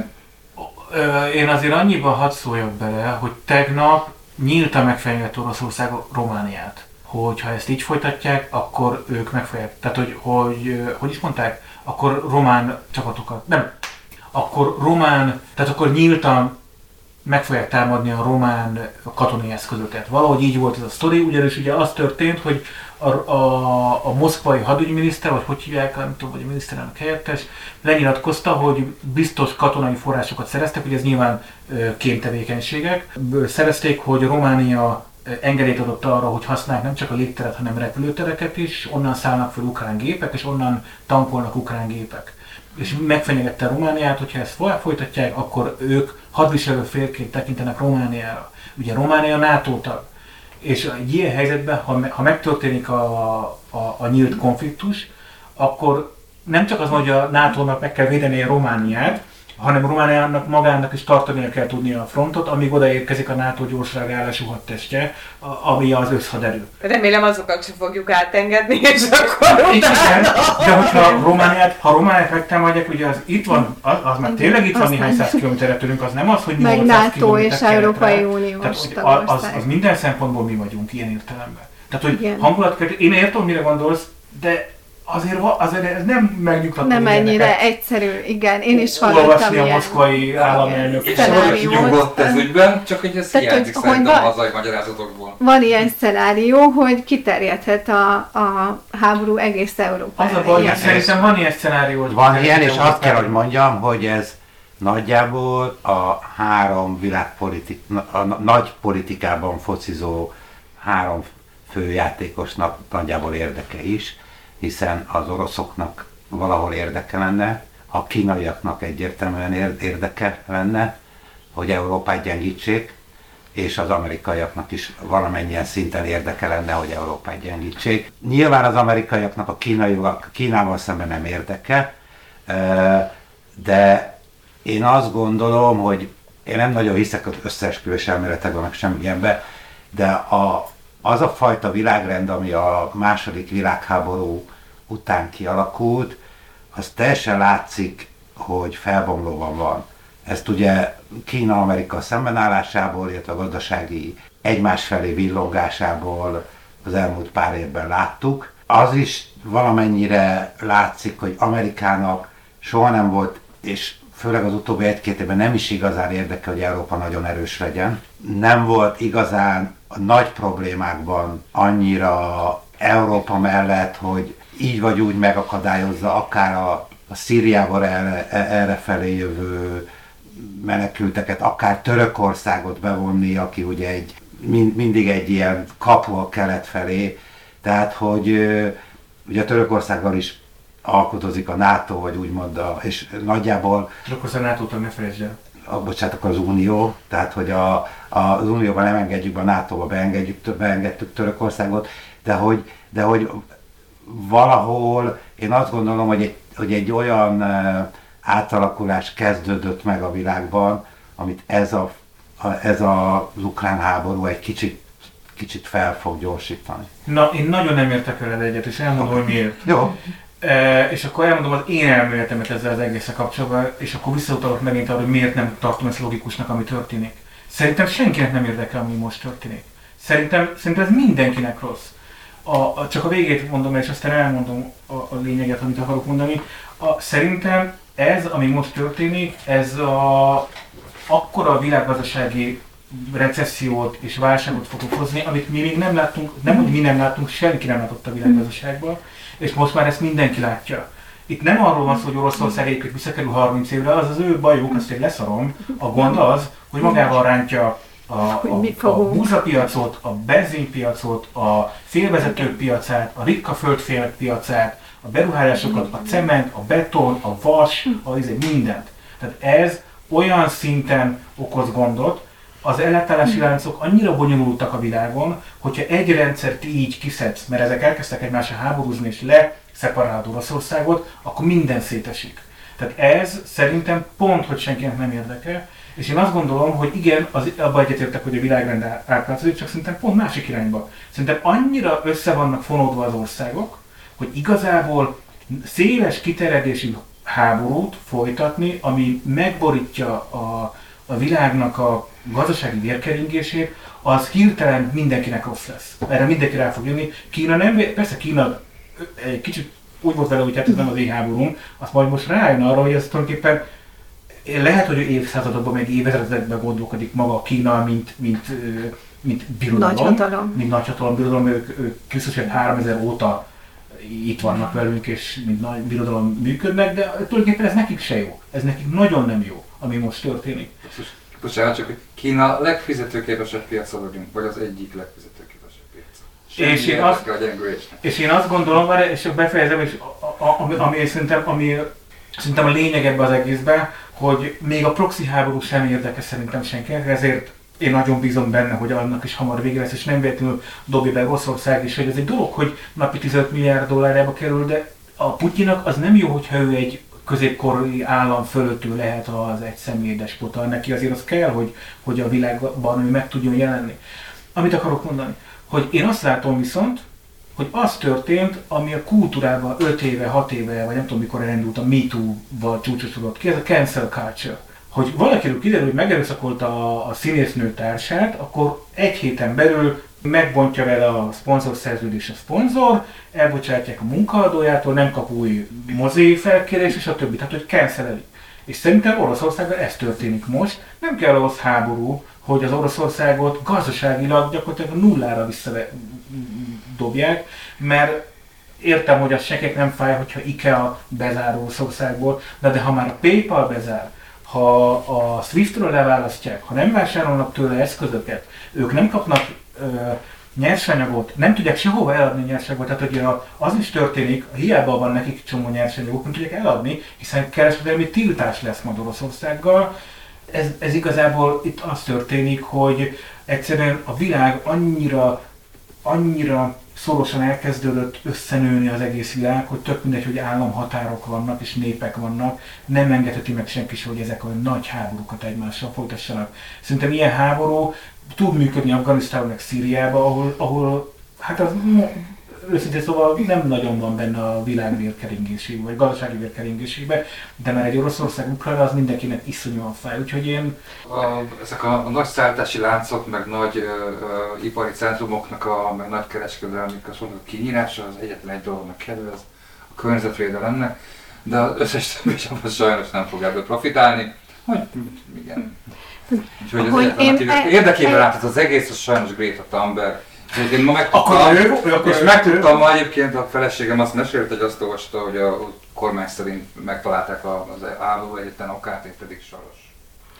Én azért annyiban hadd szóljak bele, hogy tegnap nyíltan megfenyegett Oroszország Romániát. Hogyha ezt így folytatják, akkor ők meg fogják, tehát hogy is mondták, akkor román csapatokat, nem, akkor román, tehát akkor nyíltan meg fogják támadni a román katonai eszközöket. Valahogy így volt ez a sztori, ugyanis ugye az történt, hogy a moszkvai hadügyminiszter, vagy hogy hívják, nem tudom, vagy a miniszterelnök helyettes, lenyilatkozta, hogy biztos katonai forrásokat szereztek, hogy ez nyilván kémtevékenységek. Szerezték, hogy Románia engedélyt adott arra, hogy használják nem csak a légteret, hanem repülőtereket is, onnan szállnak fel ukrán gépek, és onnan tankolnak ukrán gépek. És megfenyegette Romániát, hogyha ezt folytatják, akkor ők hadviselő félként tekintenek Romániára. Ugye Románia NATO tag. És egy ilyen helyzetben, ha megtörténik a nyílt konfliktus, akkor nem csak az, hogy a NATO-nak meg kell védenie Romániát, hanem Romániának magának is tartania kell tudnia a frontot, amíg odaérkezik a NATO gyorsreagálású hadtestje, ami az összhaderő. Remélem azokat sem fogjuk átengedni, és akkor Igen, de hogyha Romániát megtámadják, ugye az itt van, az már tényleg itt van néhány száz kilométerre tőlünk, az nem az, hogy 800 meg NATO és Európai Uniós Uniós tagország. Az minden szempontból mi vagyunk ilyen értelemben. Tehát, hogy hangulatkert, én értem, mire gondolsz, de azért ez nem megnyugtató. Nem ennyire egyszerű, igen, én is hallottam olvasni a moszkvai államelnök. És hogy nyugodt ez ügyben, csak hogy ez hiányzik szerintem a hazai magyarázatokból. Van ilyen szenárió, hogy kiterjedhet a háború egész Európára. Az a baj, szerintem van ilyen szenárió, hogy van ilyen, és azt kell, hogy mondjam, hogy ez nagyjából a három nagy politikában focizó három főjátékosnak nagyjából érdeke is, hiszen az oroszoknak valahol érdeke lenne, a kínaiaknak egyértelműen érdeke lenne, hogy Európát gyengítsék, és az amerikaiaknak is valamennyien szinten érdeke lenne, hogy Európát gyengítsék. Nyilván az amerikaiaknak a Kínával szemben nem érdeke, de én azt gondolom, hogy én nem nagyon hiszek az összeesküvés elméletekben, meg semmilyenbe, de az a fajta világrend, ami a második világháború után kialakult, az teljesen látszik, hogy felbomlóban van. Ezt ugye Kína-Amerika szembenállásából, illetve a gazdasági egymás felé villongásából az elmúlt pár évben láttuk. Az is valamennyire látszik, hogy Amerikának soha nem volt, és főleg az utóbbi egy-két évben nem is igazán érdeke, hogy Európa nagyon erős legyen. Nem volt igazán a nagy problémákban annyira Európa mellett, hogy így vagy úgy megakadályozza akár a Szíriából errefelé jövő menekülteket, akár Törökországot bevonni, aki ugye mindig egy ilyen kapu a kelet felé. Tehát, hogy ugye Törökországgal is alkotozik a NATO, vagy úgymond, és nagyjából... Törökország NATO-tól ne felejtsd el. Bocsánat, akkor az Unió, tehát hogy az Unióban nem engedjük be, a NATO-ba beengedtük Törökországot, de hogy valahol én azt gondolom, hogy egy olyan átalakulás kezdődött meg a világban, amit ez az ukrán háború egy kicsit fel fog gyorsítani. Na, én nagyon nem értek veled egyet, és elmondom, hogy miért. Jó. És akkor elmondom az én elméletemet ezzel az egészen kapcsolatban, és akkor visszautalok megint arra, hogy miért nem tartom ezt logikusnak, ami történik. Szerintem senkinek nem érdekel, ami most történik. Szerintem ez mindenkinek rossz. Csak a végét mondom, és aztán elmondom a lényeget, amit akarok mondani. Szerintem ez, ami most történik, ez akkora világgazdasági recessziót és válságot fog okozni, amit mi még nem láttunk, nem hogy mi nem láttunk, senki nem látott a világgazdaságban, és most már ezt mindenki látja. Itt nem arról van szó, hogy Oroszország egyébként visszakerül 30 évre, az az ő bajuk, azt én leszarom. A gond az, hogy magával rántja a búzapiacot, a benzinpiacot, a félvezetők piacát, a ritka földfélek piacát, a beruházásokat, a cement, a beton, a vas, mindent. Tehát ez olyan szinten okoz gondot, az ellátási láncok annyira bonyolultak a világon, hogyha egy rendszert így kiszedsz, mert ezek elkezdtek egymásra háborúzni és leszeparálod Oroszországot, akkor minden szétesik. Tehát ez szerintem pont, hogy senkinek nem érdekel, és én azt gondolom, hogy igen, abban egyetértek, hogy a világrend átváltozik, csak szerintem pont másik irányba. Szerintem annyira össze vannak fonódva az országok, hogy igazából széles kiterjedésű háborút folytatni, ami megborítja a világnak a gazdasági vérkeringését, az hirtelen mindenkinek rossz lesz. Erre mindenki rá fog jönni. Persze Kína egy kicsit úgy volt vele, hogy hát ez nem az én háborúm, azt majd most rájön arra, hogy ez tulajdonképpen lehet, hogy évszázadokban, meg évezredekben gondolkodik maga Kína, mint birodalom. Nagyhatalom. Mint nagyhatalom birodalom, ők Krisztus 3000 óta itt vannak velünk, és mint nagy birodalom működnek, de tulajdonképpen ez nekik se jó. Ez nekik nagyon nem jó, ami most történik. Bocsánat, csak Kína legfizetőképesebb piaca vagyunk, vagy az egyik legfizetőképesebb piaca. És én azt gondolom, és befejezem, és ami szerintem a lényeg ebben az egészben, hogy még a proxy háború sem érdekes szerintem senkinek, ezért én nagyon bízom benne, hogy annak is hamar vége lesz, és nem véletlenül dobja be Oroszország is, hogy ez egy dolog, hogy napi 15 milliárd dollárjába kerül, de a Putyinak az nem jó, hogyha ő egy középkori állam fölöttül lehet az egyszemély despota. Neki azért az kell, hogy a világban ő meg tudjon jelenni. Amit akarok mondani, hogy én azt látom viszont, hogy az történt, ami a kultúrában 5 éve, 6 éve, vagy nem tudom mikor elindult a MeToo-val csúcsosodott ki, ez a cancel culture. Hogy valakiről kiderül, hogy megerőszakolta a színésznő társát, akkor egy héten belül megbontja vele a szponzorszerződés a szponzor, elbocsátják a munkaadójától, nem kap új mozi felkérés, és a többi. Tehát, hogy canceleli. És szerintem Oroszországban ez történik most. Nem kell ahhoz háború, hogy az Oroszországot gazdaságilag gyakorlatilag nullára visszadobják, mert értem, hogy az senknek nem fáj, hogyha IKEA bezár Oroszországból, de ha már a PayPal bezár, ha a Swiftről leválasztják, ha nem vásárolnak tőle eszközöket, ők nem kapnak nyersanyagot, nem tudják sehova eladni nyersanyagot, tehát hogy az is történik, hiába van nekik csomó nyersanyagok, nem tudják eladni, hiszen kereskedelmi tiltás lesz majd Oroszországgal. Ez igazából itt az történik, hogy egyszerűen a világ annyira szorosan elkezdődött összenőni az egész világ, hogy tök mindegy, hogy államhatárok vannak és népek vannak, nem engedheti meg senki sem, hogy ezek a nagy háborúkat egymással folytassanak. Szerintem ilyen háború tud működni Afganisztánban, meg Szíriában, ahol hát az őszintén szóval nem nagyon van benne a világ vérkeringésében, vagy gazdasági vérkeringésében, de már egy Oroszország, Ukrajna az mindenkinek iszonyúan fáj, úgyhogy én... Ezek a nagy szállítási láncok, meg nagy ipari centrumoknak, meg nagy kereskedelmi központok kinyírása az egyetlen egy dolognak kedvez, a környezetvédelemnek, de az összes többi csapat sajnos nem fog ebből profitálni, hogy igen. Úgyhogy az egyetlen érdekében láthat az egész, az sajnos Greta Thunberg. Én ma megtudtam ma egyébként, a feleségem azt mesélt, hogy azt olvasta, hogy a kormány szerint megtalálták az álló egyetlen okát, én pedig Soros.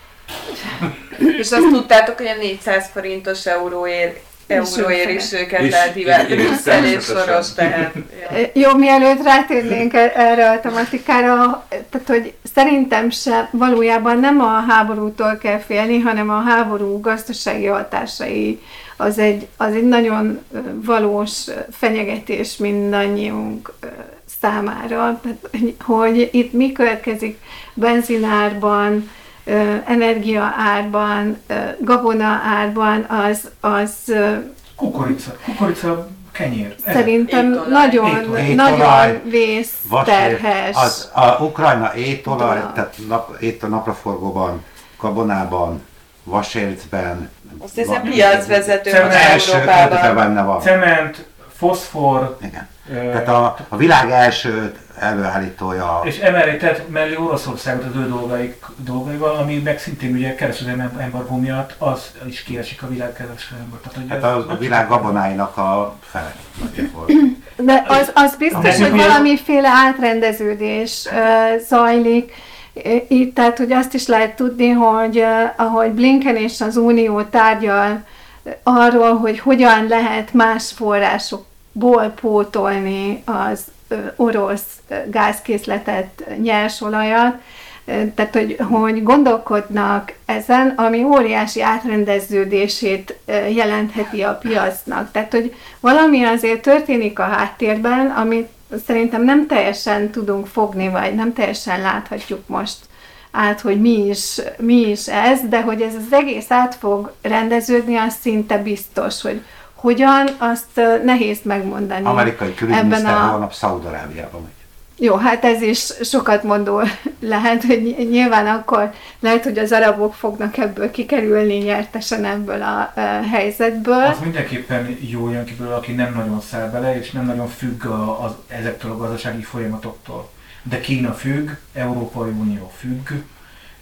És azt tudtátok, hogy a 400 forintos euróért is őket lehet hívni, Brüsszel és Soros, tehát... Jó, mielőtt rátérnénk erre a tematikára, tehát hogy szerintem sem valójában nem a háborútól kell félni, hanem a háború gazdasági hatásai. Az egy nagyon valós fenyegetés mindannyiunk számára, hogy itt mi következik benzinárban, energiaárban, gabonaárban, az Kukorica, kenyér. Szerintem nagyon vészterhes. A Ukrajna étolaj, tehát napraforgóban, gabonában, vasércben, azt hiszem piacvezető az Európában. Benne van. Cement, foszfor. Igen. Tehát a világ első előállítója. És emellett mellé Oroszországot az ő dolgaival, ami meg szintén ugye kereskedelmi embargó miatt az is kiesik a világ kereskedelemből. Hát a világ gabonáinak a fele. De az biztos, hogy valamiféle átrendeződés zajlik. Itt, tehát, hogy azt is lehet tudni, hogy ahogy Blinken és az Unió tárgyal arról, hogy hogyan lehet más forrásokból pótolni az orosz gázkészletet, nyersolajat, tehát, hogy gondolkodnak ezen, ami óriási átrendeződését jelentheti a piacnak. Tehát, hogy valami azért történik a háttérben, amit szerintem nem teljesen tudunk fogni, vagy nem teljesen láthatjuk most át, hogy mi is ez, de hogy ez az egész át fog rendeződni, az szinte biztos, hogy hogyan, azt nehéz megmondani. Amerikai külügyminiszter holnap Szaúd-Arábiában megy. Jó, hát ez is sokat mondó lehet, hogy nyilván akkor lehet, hogy az arabok fognak ebből kikerülni nyertesen ebből a helyzetből. Az mindenképpen jó jön ki belőle, aki nem nagyon száll bele, és nem nagyon függ ezektől a gazdasági folyamatoktól. De Kína függ, Európai Unió függ,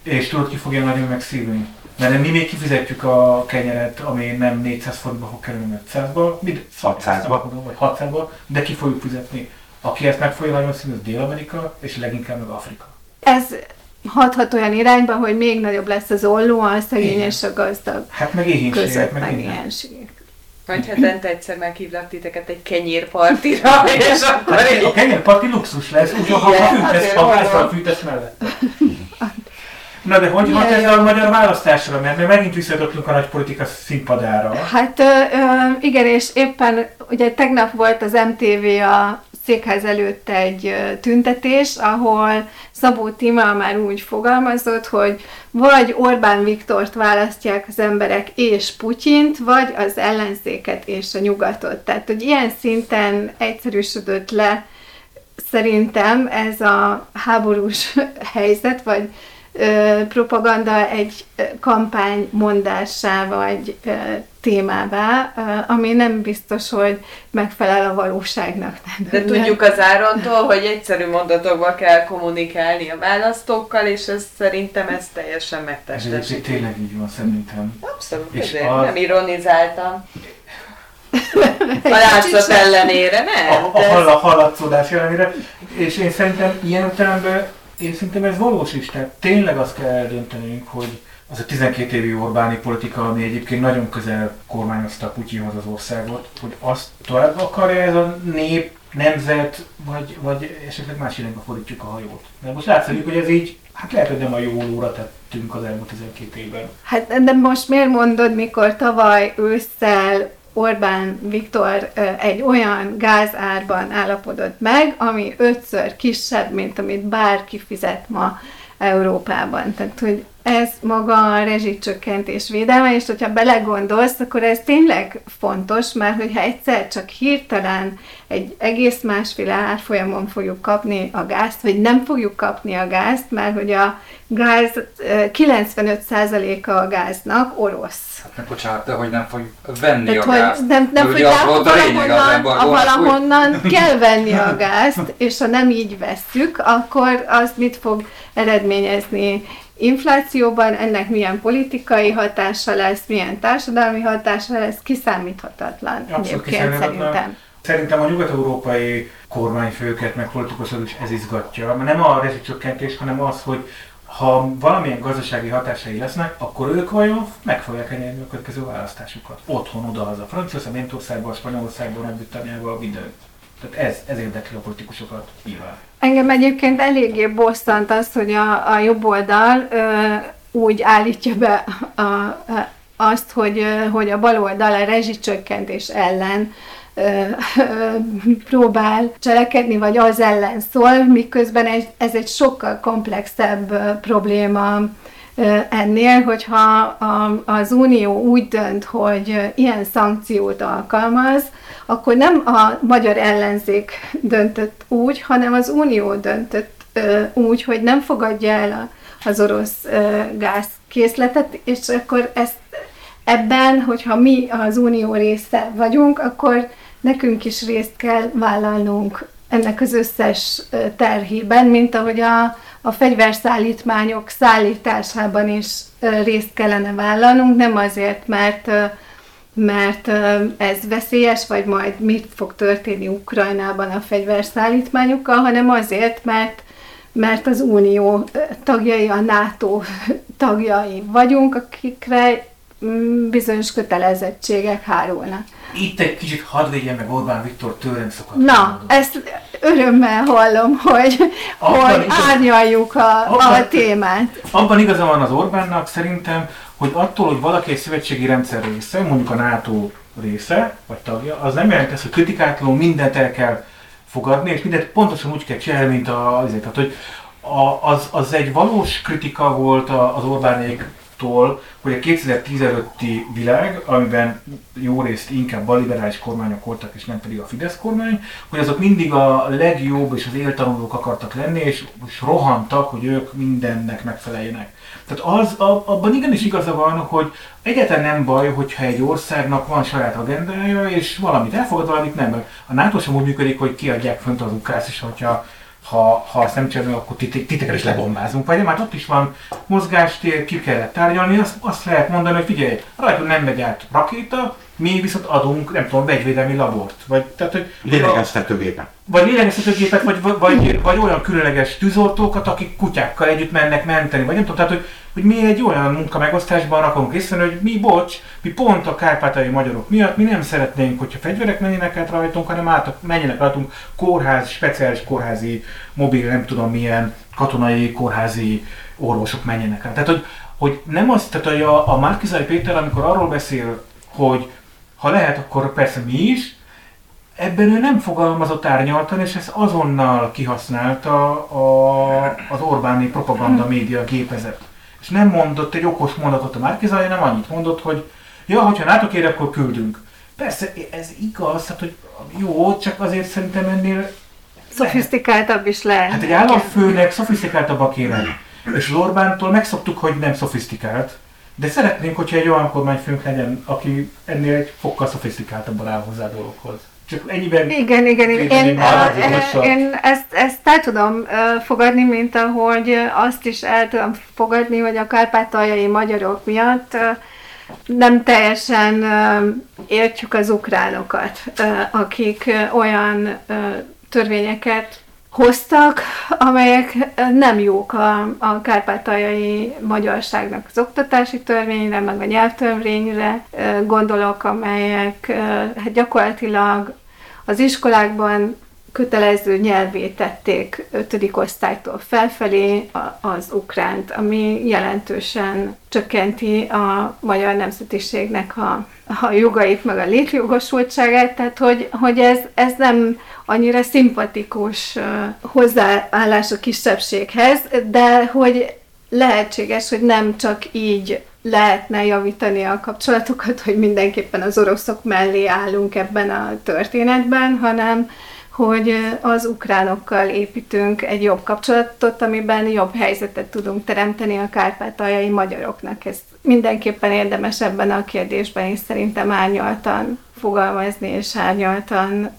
És tudod, ki fogja nagyon megszívni? Mert mi még kifizetjük a kenyeret, ami nem 400 forintba fog kerülni 500-ba, 600-ba. Vagy 600-ba, de ki fogjuk fizetni. Aki ezt meg fogja nagyon szívni, az Dél-Amerika, és leginkább meg Afrika. Ez hathat olyan irányba, hogy még nagyobb lesz az olló a szegény és a gazdag Hát meg éhénységek, között, meg meg minden. éhénységek. Vagy hetente egyszer meghívlak titeket egy kenyérpartira, és akkor A kenyérparti luxus lesz, úgyhogy ha Igen, fűtesz, azért ha mondom. háztal fűtesz mellett. Na de hogy hat ez a magyar választásra, mert megint visszatottunk a nagy politika színpadára. Hát igen, és éppen ugye tegnap volt az MTV a székház előtt egy tüntetés, ahol Szabó Tímea már úgy fogalmazott, hogy vagy Orbán Viktort választják az emberek és Putyint, vagy az ellenzéket és a nyugatot. Tehát, hogy ilyen szinten egyszerűsödött le szerintem ez a háborús helyzet, vagy propaganda egy kampány mondássá vagy témává, ami nem biztos, hogy megfelel a valóságnak. De tudjuk az Árontól, hogy egyszerű mondatokban kell kommunikálni a választókkal, és ez szerintem ez teljesen Ez egyébként megtestesíti. tényleg így van szerintem. Abszolút, És ezért az- nem ironizáltam. A látszat ellenére, nem? A hallatszódás ellenére. És én szerintem ilyen értelemben, én szerintem ez valós is. Tehát tényleg azt kell eldöntenünk, hogy az a 12 évi Orbáni politika, ami egyébként nagyon közel kormányozta Putyinhoz az országot, hogy azt tovább akarja ez a nép, nemzet, vagy esetleg más irányba fordítjuk a hajót. De most látszik, hogy ez így, hát lehet, hogy nem a jó lóra tettünk az elmúlt 12 évben. Hát de most miért mondod, mikor tavaly ősszel Orbán Viktor egy olyan gázárban állapodott meg, ami 5-ször kisebb, mint amit bárki fizet ma Európában. Tehát, hogy ez maga a rezsicsökkentés védelme, és hogyha belegondolsz, akkor ez tényleg fontos, mert hogyha egyszer csak hirtelen egy egész másféle árfolyamon fogjuk kapni a gázt, vagy nem fogjuk kapni a gázt, mert hogy a gáz 95%-a a gáznak orosz. Hát meg bocsánat, de hogy nem fogjuk venni Tehát, a gázt. hogy nem De ugye fogják, az volt a lényeg az embargónak, hogy- valahonnan kell venni a gázt, és ha nem így vesszük, akkor az mit fog eredményezni inflációban, ennek milyen politikai hatása lesz, milyen társadalmi hatása lesz, kiszámíthatatlan egyébként kiszámíthatatlan. szerintem. Szerintem a nyugat-európai kormányfőket, meg politikusokat is ez izgatja. Mert nem a rezsicsökkentés, hanem az, hogy ha valamilyen gazdasági hatásai lesznek, akkor ők vajon meg fogják nyerni a következő választásukat. Otthon, odahaza. Franciaország, Németországban, Spanyolországban, Nagy-Britanniában, videó. Tehát ez érdekli a politikusokat nyilván. Engem egyébként eléggé bosszant az, hogy a jobb oldal úgy állítja be azt, hogy a bal oldal a rezsicsökkentés ellen próbál cselekedni, vagy az ellen szól, miközben ez egy sokkal komplexebb probléma ennél, hogyha az Unió úgy dönt, hogy ilyen szankciót alkalmaz, akkor nem a magyar ellenzék döntött úgy, hanem az Unió döntött úgy, hogy nem fogadja el az orosz gázkészletet, és akkor ebben, hogyha mi az Unió része vagyunk, akkor nekünk is részt kell vállalnunk ennek az összes terhében, mint ahogy a fegyverszállítmányok szállításában is részt kellene vállalnunk, nem azért, mert ez veszélyes, vagy majd mit fog történni Ukrajnában a fegyverszállítmányokkal, hanem azért, mert az Unió tagjai, a NATO tagjai vagyunk, akikre bizonyos kötelezettségek hárulnak. Itt egy kicsit hadd védjen meg Orbán Viktor tőlem szokott. Na, ezt örömmel hallom, hogy árnyaljuk a témát. Abban igaza van az Orbánnak szerintem, hogy attól, hogy valaki egy szövetségi rendszer része, mondjuk a NATO része, vagy tagja, az nem jelent ezt, hogy kritikátlanul mindent el kell fogadni, és mindent pontosan úgy kell csinálni, mint azért. Tehát, hogy az egy valós kritika volt az Orbánéktól, hogy a 2010 előtti világ, amiben jó részt inkább balliberális kormányok voltak, és nem pedig a Fidesz kormány, hogy azok mindig a legjobb és az éltanulók akartak lenni, és rohantak, hogy ők mindennek megfeleljenek. Tehát abban igenis igaza van, hogy egyáltalán nem baj, hogyha egy országnak van saját agendája, és valamit elfogad, valamit nem. A NATO sem úgy működik, hogy kiadják fönt az ukrász, és hogyha ha azt nem csinálunk, akkor titeket is lebombázunk. Vagy nem, hát ott is van mozgástér, ki kellett tárgyalni, azt lehet mondani, hogy figyelj, rajtunk nem megy át rakéta, mi viszont adunk, nem tudom, vegyvédelmi labort. Vagy, tehát, hogy lélegeztetőgépet. Vagy lélegeztetőgépet, vagy olyan különleges tűzoltókat, akik kutyákkal együtt mennek menteni, vagy nem tudom, tehát, hogy mi egy olyan munkamegosztásban akarunk részt venni, hogy mi pont a kárpátaljai magyarok miatt, mi nem szeretnénk, hogyha fegyverek menjenek át rajtunk, hanem menjenek rajtunk speciális kórházi, mobil, nem tudom milyen, katonai kórházi orvosok menjenek át. Tehát, hogy nem az, tehát a Márki-Zay Péter, amikor arról beszél, hogy ha lehet, akkor persze mi is, ebben ő nem fogalmazott árnyaltan, és ezt azonnal kihasználta az Orbáni propaganda média gépezet. És nem mondott egy okos mondatot a Márki-Zay, hanem annyit mondott, hogy ja, hogyha NATO kér, akkor küldünk. Persze, ez igaz, hát, hogy jó, csak azért szerintem ennél szofisztikáltabb is lehet. Hát egy államfőnek szofisztikáltabbak kéne. És az Orbántól megszoktuk, hogy nem szofisztikált. De szeretnénk, hogyha egy olyan kormányfőnk legyen, aki ennél egy fokkal szofisztikáltabban áll hozzá a dologhoz. Csak ennyiben... Igen. Én ezt el tudom fogadni, mint ahogy azt is el tudom fogadni, hogy a kárpátaljai magyarok miatt nem teljesen értjük az ukránokat, akik olyan törvényeket hoztak, amelyek nem jók a kárpátaljai magyarságnak az oktatási törvényre, meg a nyelvtörvényre gondolok, amelyek hát gyakorlatilag az iskolákban kötelező nyelvé tették 5. osztálytól felfelé az ukránt, ami jelentősen csökkenti a magyar nemzetiségnek a jogait, meg a létjogosultságát, tehát hogy ez nem annyira szimpatikus hozzáállás a kisebbséghez, de hogy lehetséges, hogy nem csak így lehetne javítani a kapcsolatokat, hogy mindenképpen az oroszok mellé állunk ebben a történetben, hanem hogy az ukránokkal építünk egy jobb kapcsolatot, amiben jobb helyzetet tudunk teremteni a kárpátaljai magyaroknak. Ez mindenképpen érdemes ebben a kérdésben is szerintem árnyaltan fogalmazni, és árnyaltan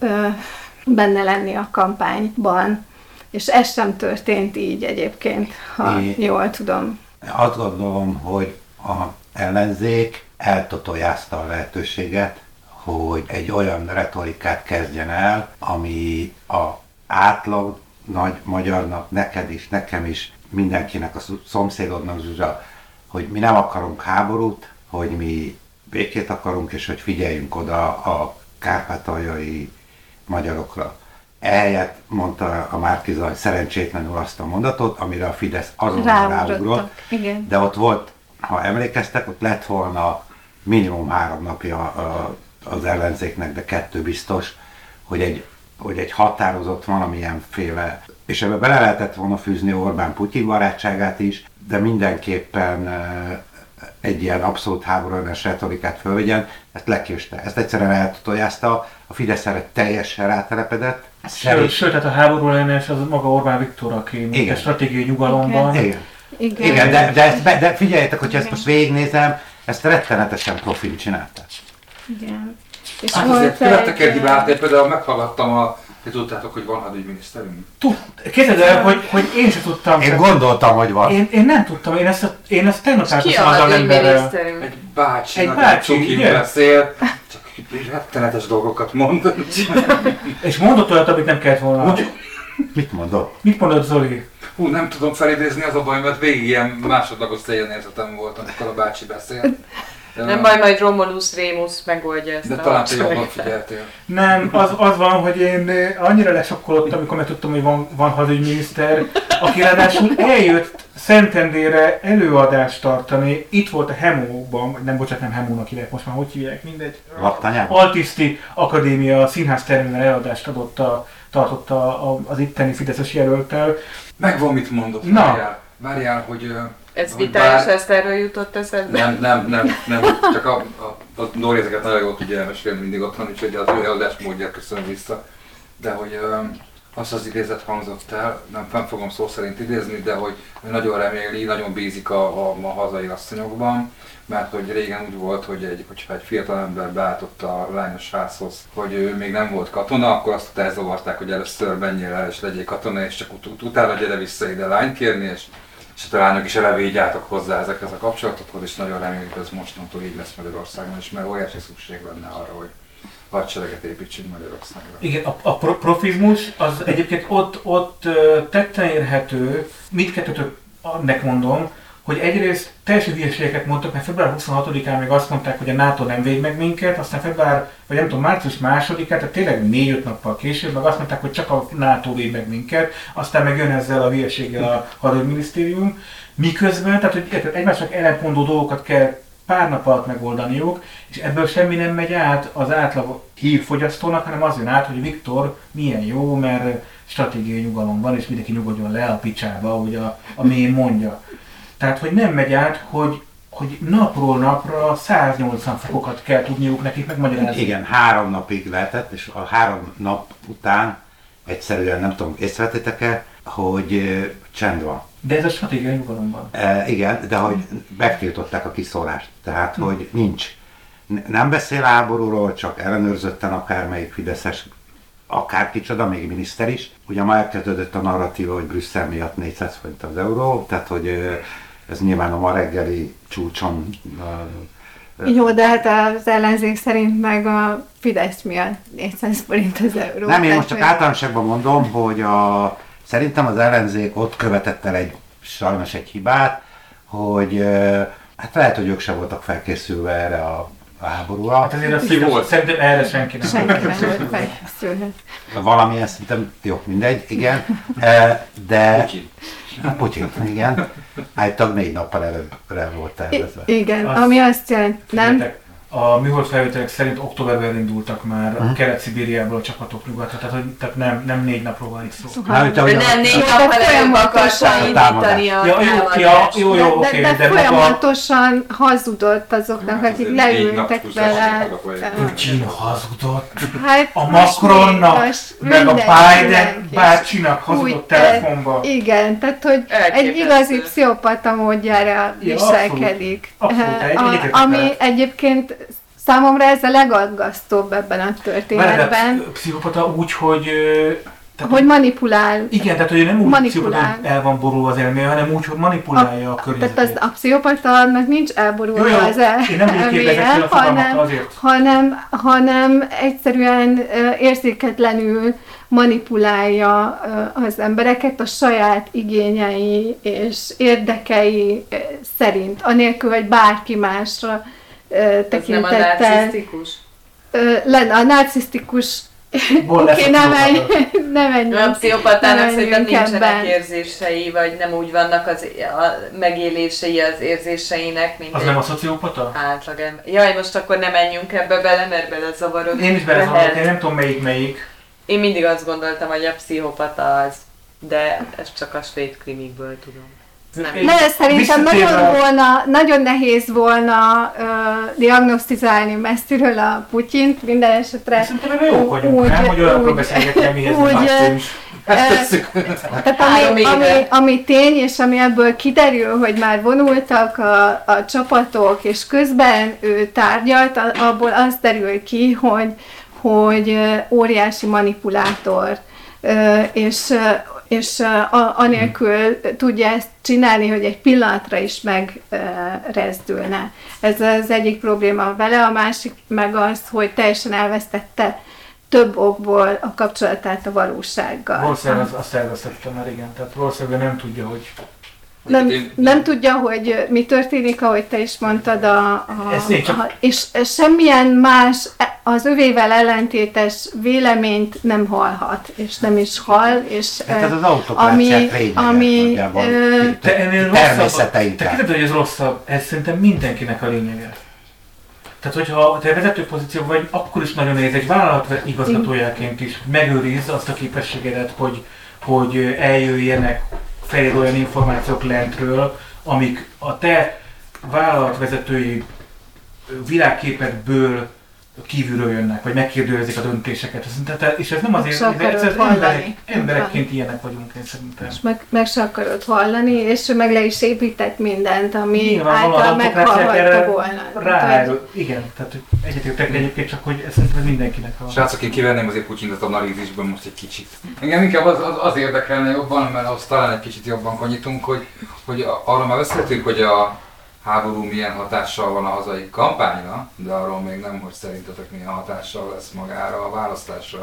benne lenni a kampányban. És ez sem történt így egyébként, ha jól tudom. Azt gondolom, hogy a ellenzék eltotojázta a lehetőséget, hogy egy olyan retorikát kezdjen el, ami a átlag nagy magyarnak, neked is, nekem is, mindenkinek, a szomszédodnak, Zsuzsa, hogy mi nem akarunk háborút, hogy mi békét akarunk, és hogy figyeljünk oda a kárpátaljai magyarokra. Ehelyett mondta a Márki-Zay szerencsétlenül azt a mondatot, amire a Fidesz azonnal ráugrott, de ott volt, ha emlékeztek, ott lett volna minimum 3 napja az ellenzéknek, de 2 biztos, hogy egy határozott valamilyenféle, és ebbe bele lehetett volna fűzni Orbán-Putyin barátságát is, de mindenképpen egy ilyen abszolút háborúellenes retorikát fölvegyen, ezt lekéste. Ezt egyszerűen eltojázta, a Fidesz erre teljesen rátelepedett. Sőt, tehát a háborúellenes az maga Orbán Viktor, aki a stratégiai nyugalomban. Igen, de figyeljetek, hogyha ezt most végignézem, ezt rettenetesen profil csinálták. Igen. És hát azért követtek egy hibát, én például meghallgattam hogy tudtátok, hogy van hadügyminiszterünk? Képzeld el, hogy én sem tudtam. Én gondoltam, hogy van. Én nem tudtam, én ezt tegnap találkoztam az emberrel. Egy bácsi, cukin beszél, csak rettenetes dolgokat mond. És mondott olyat, amit nem kellett volna. Mit mondott? Mit mondott Zoli? Nem tudom felidézni, az a baj, mert végig ilyen másodlagos célérzetem volt, amikor a bácsi beszél. Nem baj, majd Romulus Rémus megoldja ezt. De talán te jobban figyeltél. Nem, az van, hogy én annyira lesokkolottam, amikor megtudtam, hogy van hadügyminiszter, aki ráadásul eljött Szentendrére előadást tartani. Itt volt a Hemóban, nem Hemónak hívják, most már hogy hívják, mindegy. Altiszti Akadémia színház termében előadást tartotta az itteni fideszes jelölttel. Megvan, mit mondott. Várjál, hogy... Ez Vitályos Eszterről jutott eszedbe? Nem, csak a Dóri ezeket nagyon jól tudja elmesélni mindig otthon, úgyhogy az ő előadás módját köszönöm vissza. De hogy azt az idézet hangzott el, nem fogom szó szerint idézni, de hogy ő nagyon reméli, nagyon bízik a hazai asszonyokban, mert hogy régen úgy volt, hogy hogyha egy fiatal ember beálltott a lányos házhoz, hogy ő még nem volt katona, akkor azt elzavarták, hogy először menjél el és legyél katona, és csak utána gyere vissza ide lányt kérni, és a lányok is eleve így álltak hozzá ezekhez a kapcsolatokhoz, és nagyon reméljük, hogy ez mostantól így lesz Magyarországon is, mert óriási szükség lenne arra, hogy hadsereget építsünk Magyarországra. Igen, a profizmus az egyébként ott tetten érhető, mindkettőtök annak mondom, hogy egyrészt teljesen hülyeségeket mondtak, mert február 26-án még azt mondták, hogy a NATO nem véd meg minket, aztán vagy nem tudom, március 2-án, tehát tényleg 4-5 nappal később, meg azt mondták, hogy csak a NATO véd meg minket, aztán meg jön ezzel a hülyeséggel a hadügyminisztérium, miközben, tehát hogy egymásnak ellentmondó dolgokat kell pár nap alatt megoldaniuk, és ebből semmi nem megy át az átlag hírfogyasztónak, hanem az jön át, hogy Viktor milyen jó, mert stratégiai nyugalom van, és mindenki nyugodjon le a picsába, ahogy a mém mondja. Tehát, hogy nem megy át, hogy napról napra 180 fokokat kell tudniuk nekik megmagyarázni. Igen, 3 napig lehetett, és a 3 nap után egyszerűen, nem tudom, észrevettétek-e, hogy csend van. De ez a stratégiai nyugalomban. Igen, de hogy megtiltották a kiszólást. Tehát, hogy nincs. Nem beszél háborúról, csak ellenőrzötten akármelyik fideszes, akár kicsoda, még miniszter is. Ugye ma elkezdődött a narratíva, hogy Brüsszel miatt 400 forint az euró, tehát hogy ez nyilván a ma reggeli csúcson... Jó, de hát az ellenzék szerint meg a Fidesz miatt 400 forint az euró. Nem, én most csak általánosságban mondom, hogy szerintem az ellenzék ott követett el sajnos egy hibát, hogy hát lehet, hogy ők sem voltak felkészülve erre a háborúra. Hát azért azt volt, szerintem erre senki nem. Senki nem volt felkészülve. Valamilyen szinten, jó, mindegy, igen. De... Putyin, igen. Állítólag 4 nappal előre volt tervezve. Igen, ami azt jelenti, nem? A műholdfelvételek szerint októberben indultak már a Kelet-Szibériából a csapatok nyugatra, tehát nem 4 napról van itt szó. Nem 4 nappal előbb akarta indítani a támadást. De folyamatosan hazudott azoknak, akik leültek vele. Putyin hazudott. Hát, a Macronnak, meg a Biden bácsinak hazudott telefonba. Igen, tehát hogy egy igazi pszichopata módjára viselkedik. Ami egyébként számomra ez a legaggasztóbb ebben a történetben. Pszichopata úgy, hogy manipulál. Igen, tehát hogy nem úgy pszichopata, el van borulva az elméje, hanem úgy, hogy manipulálja a környezetét. Tehát a pszichopatának nincs elborulva az elméje, hanem egyszerűen érzéketlenül manipulálja az embereket a saját igényei és érdekei szerint, anélkül, hogy bárki másra tekintettel. Ez nem a narcisztikus? A narcisztikus oké, nem menjünk. A pszichopatának szerintem nincsenek érzései, vagy nem úgy vannak a megélései az érzéseinek, mint az nem a szociopata? Átlag ember. Jaj, most akkor nem menjünk ebbe bele, mert belezavarod. Én is belezavarok, én nem tudom melyik. Én mindig azt gondoltam, hogy a pszichopata az, de ezt csak a svéd krimikből tudom. De szerintem nagyon nehéz volna diagnosztizálni messziről a Putyint, minden esetre. Szerintem jók vagyunk, nem? Hogy olyanokról beszélgetni, amihez nem is. Tehát ami tény, és ami ebből kiderül, hogy már vonultak a csapatok, és közben ő tárgyalt, abból az derül ki, hogy óriási manipulátor, és anélkül tudja ezt csinálni, hogy egy pillanatra is megrezdülne. Ez az egyik probléma vele, a másik meg az, hogy teljesen elvesztette több okból a kapcsolatát a valósággal. Valószínűleg azt elvesztette már, igen, tehát valószínűleg nem tudja, hogy... Nem tudja, hogy mi történik, ahogy te is mondtad, és semmilyen más, az övével ellentétes véleményt nem hallhat, és nem is hall, és hát ez az autokráciák lényege, te ennél természeteinkkel. Te kérdez, hogy ez rosszabb, ez szerintem mindenkinek a lényege. Tehát, hogyha te vezető pozícióban vagy, akkor is nagyon nehéz egy vállalat igazgatójáként is megőrizd azt a képességedet, hogy eljöjjenek feléd olyan információk lentről, amik a te vállalatvezetői világképedből kívülről jönnek, vagy megkérdőjezik a döntéseket. És ez nem azért, ez emberekként ilyenek vagyunk, én szerintem. És meg se akarod hallani, és meg le is épített mindent, ami nyilvánvalóan által meghalhatta volna. Igen, tehát egyetértek egyébként, csak hogy ez szerintem mindenkinek a... Srácok, én kivenném azért Putyint a analízisből most egy kicsit. Engem inkább az érdekelne jobban, mert azt talán egy kicsit jobban konyítunk, hogy arra már beszéltünk, hogy a háború milyen hatással van a hazai kampányra, de arról még nem, hogy szerintetek milyen hatással lesz magára a választásra.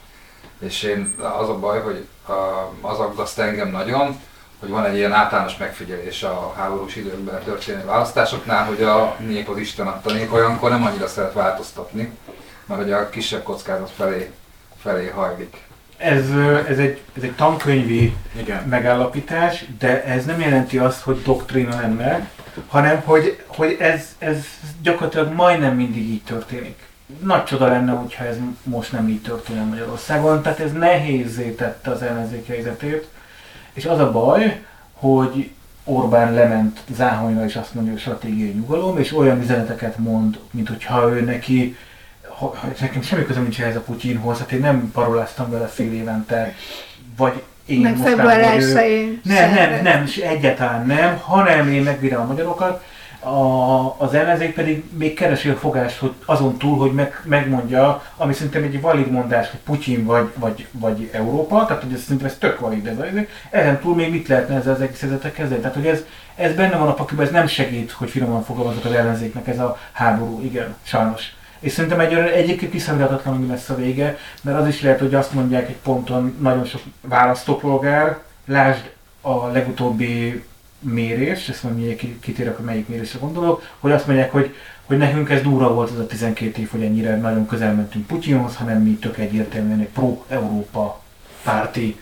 És az a baj, hogy az aggaszt engem nagyon, hogy van egy ilyen általános megfigyelés a háborús időkben történő választásoknál, hogy a nép az Isten adta nép, olyankor nem annyira szeret változtatni, mert hogy a kisebb kockázat felé hajlik. Ez egy tankönyvi megállapítás, de ez nem jelenti azt, hogy doktrína lenne, hanem hogy ez gyakorlatilag majdnem mindig így történik. Nagy csoda lenne, hogyha ez most nem így történne Magyarországon, tehát ez nehézzé tette az ellenzék helyzetét, és az a baj, hogy Orbán lement Záhonyra és azt mondja, hogy stratégiai nyugalom, és olyan üzeneteket mond, mint hogyha ő neki, nekem semmi közöm nincs ehhez a Putyinhoz, hát én nem paroláztam vele fél évente, vagy én meg február 1-én. Nem, egyáltalán nem, hanem én megbírám a magyarokat, az ellenzék pedig még keresi a fogást, hogy azon túl, hogy megmondja, ami szerintem egy valid mondás, hogy Putyin vagy Európa, tehát hogy szerintem ez tök valid, ezen túl még mit lehetne ezzel az egész helyzetet kezdeni. Tehát hogy ez benne van a pakliban, ez nem segít, hogy finoman fogalmazok az ellenzéknek ez a háború, igen, sajnos. És szerintem egyébként kiszámíthatatlan, mi lesz a vége, mert az is lehet, hogy azt mondják egy ponton nagyon sok választópolgár, lásd a legutóbbi mérés, ezt majd mindjárt kitérek, hogy melyik mérésre gondolok, hogy azt mondják, hogy nekünk ez durva volt az a 12 év, hogy ennyire nagyon közel mentünk Putyinhoz, hanem mi tök egyértelműen egy pro-Európa párti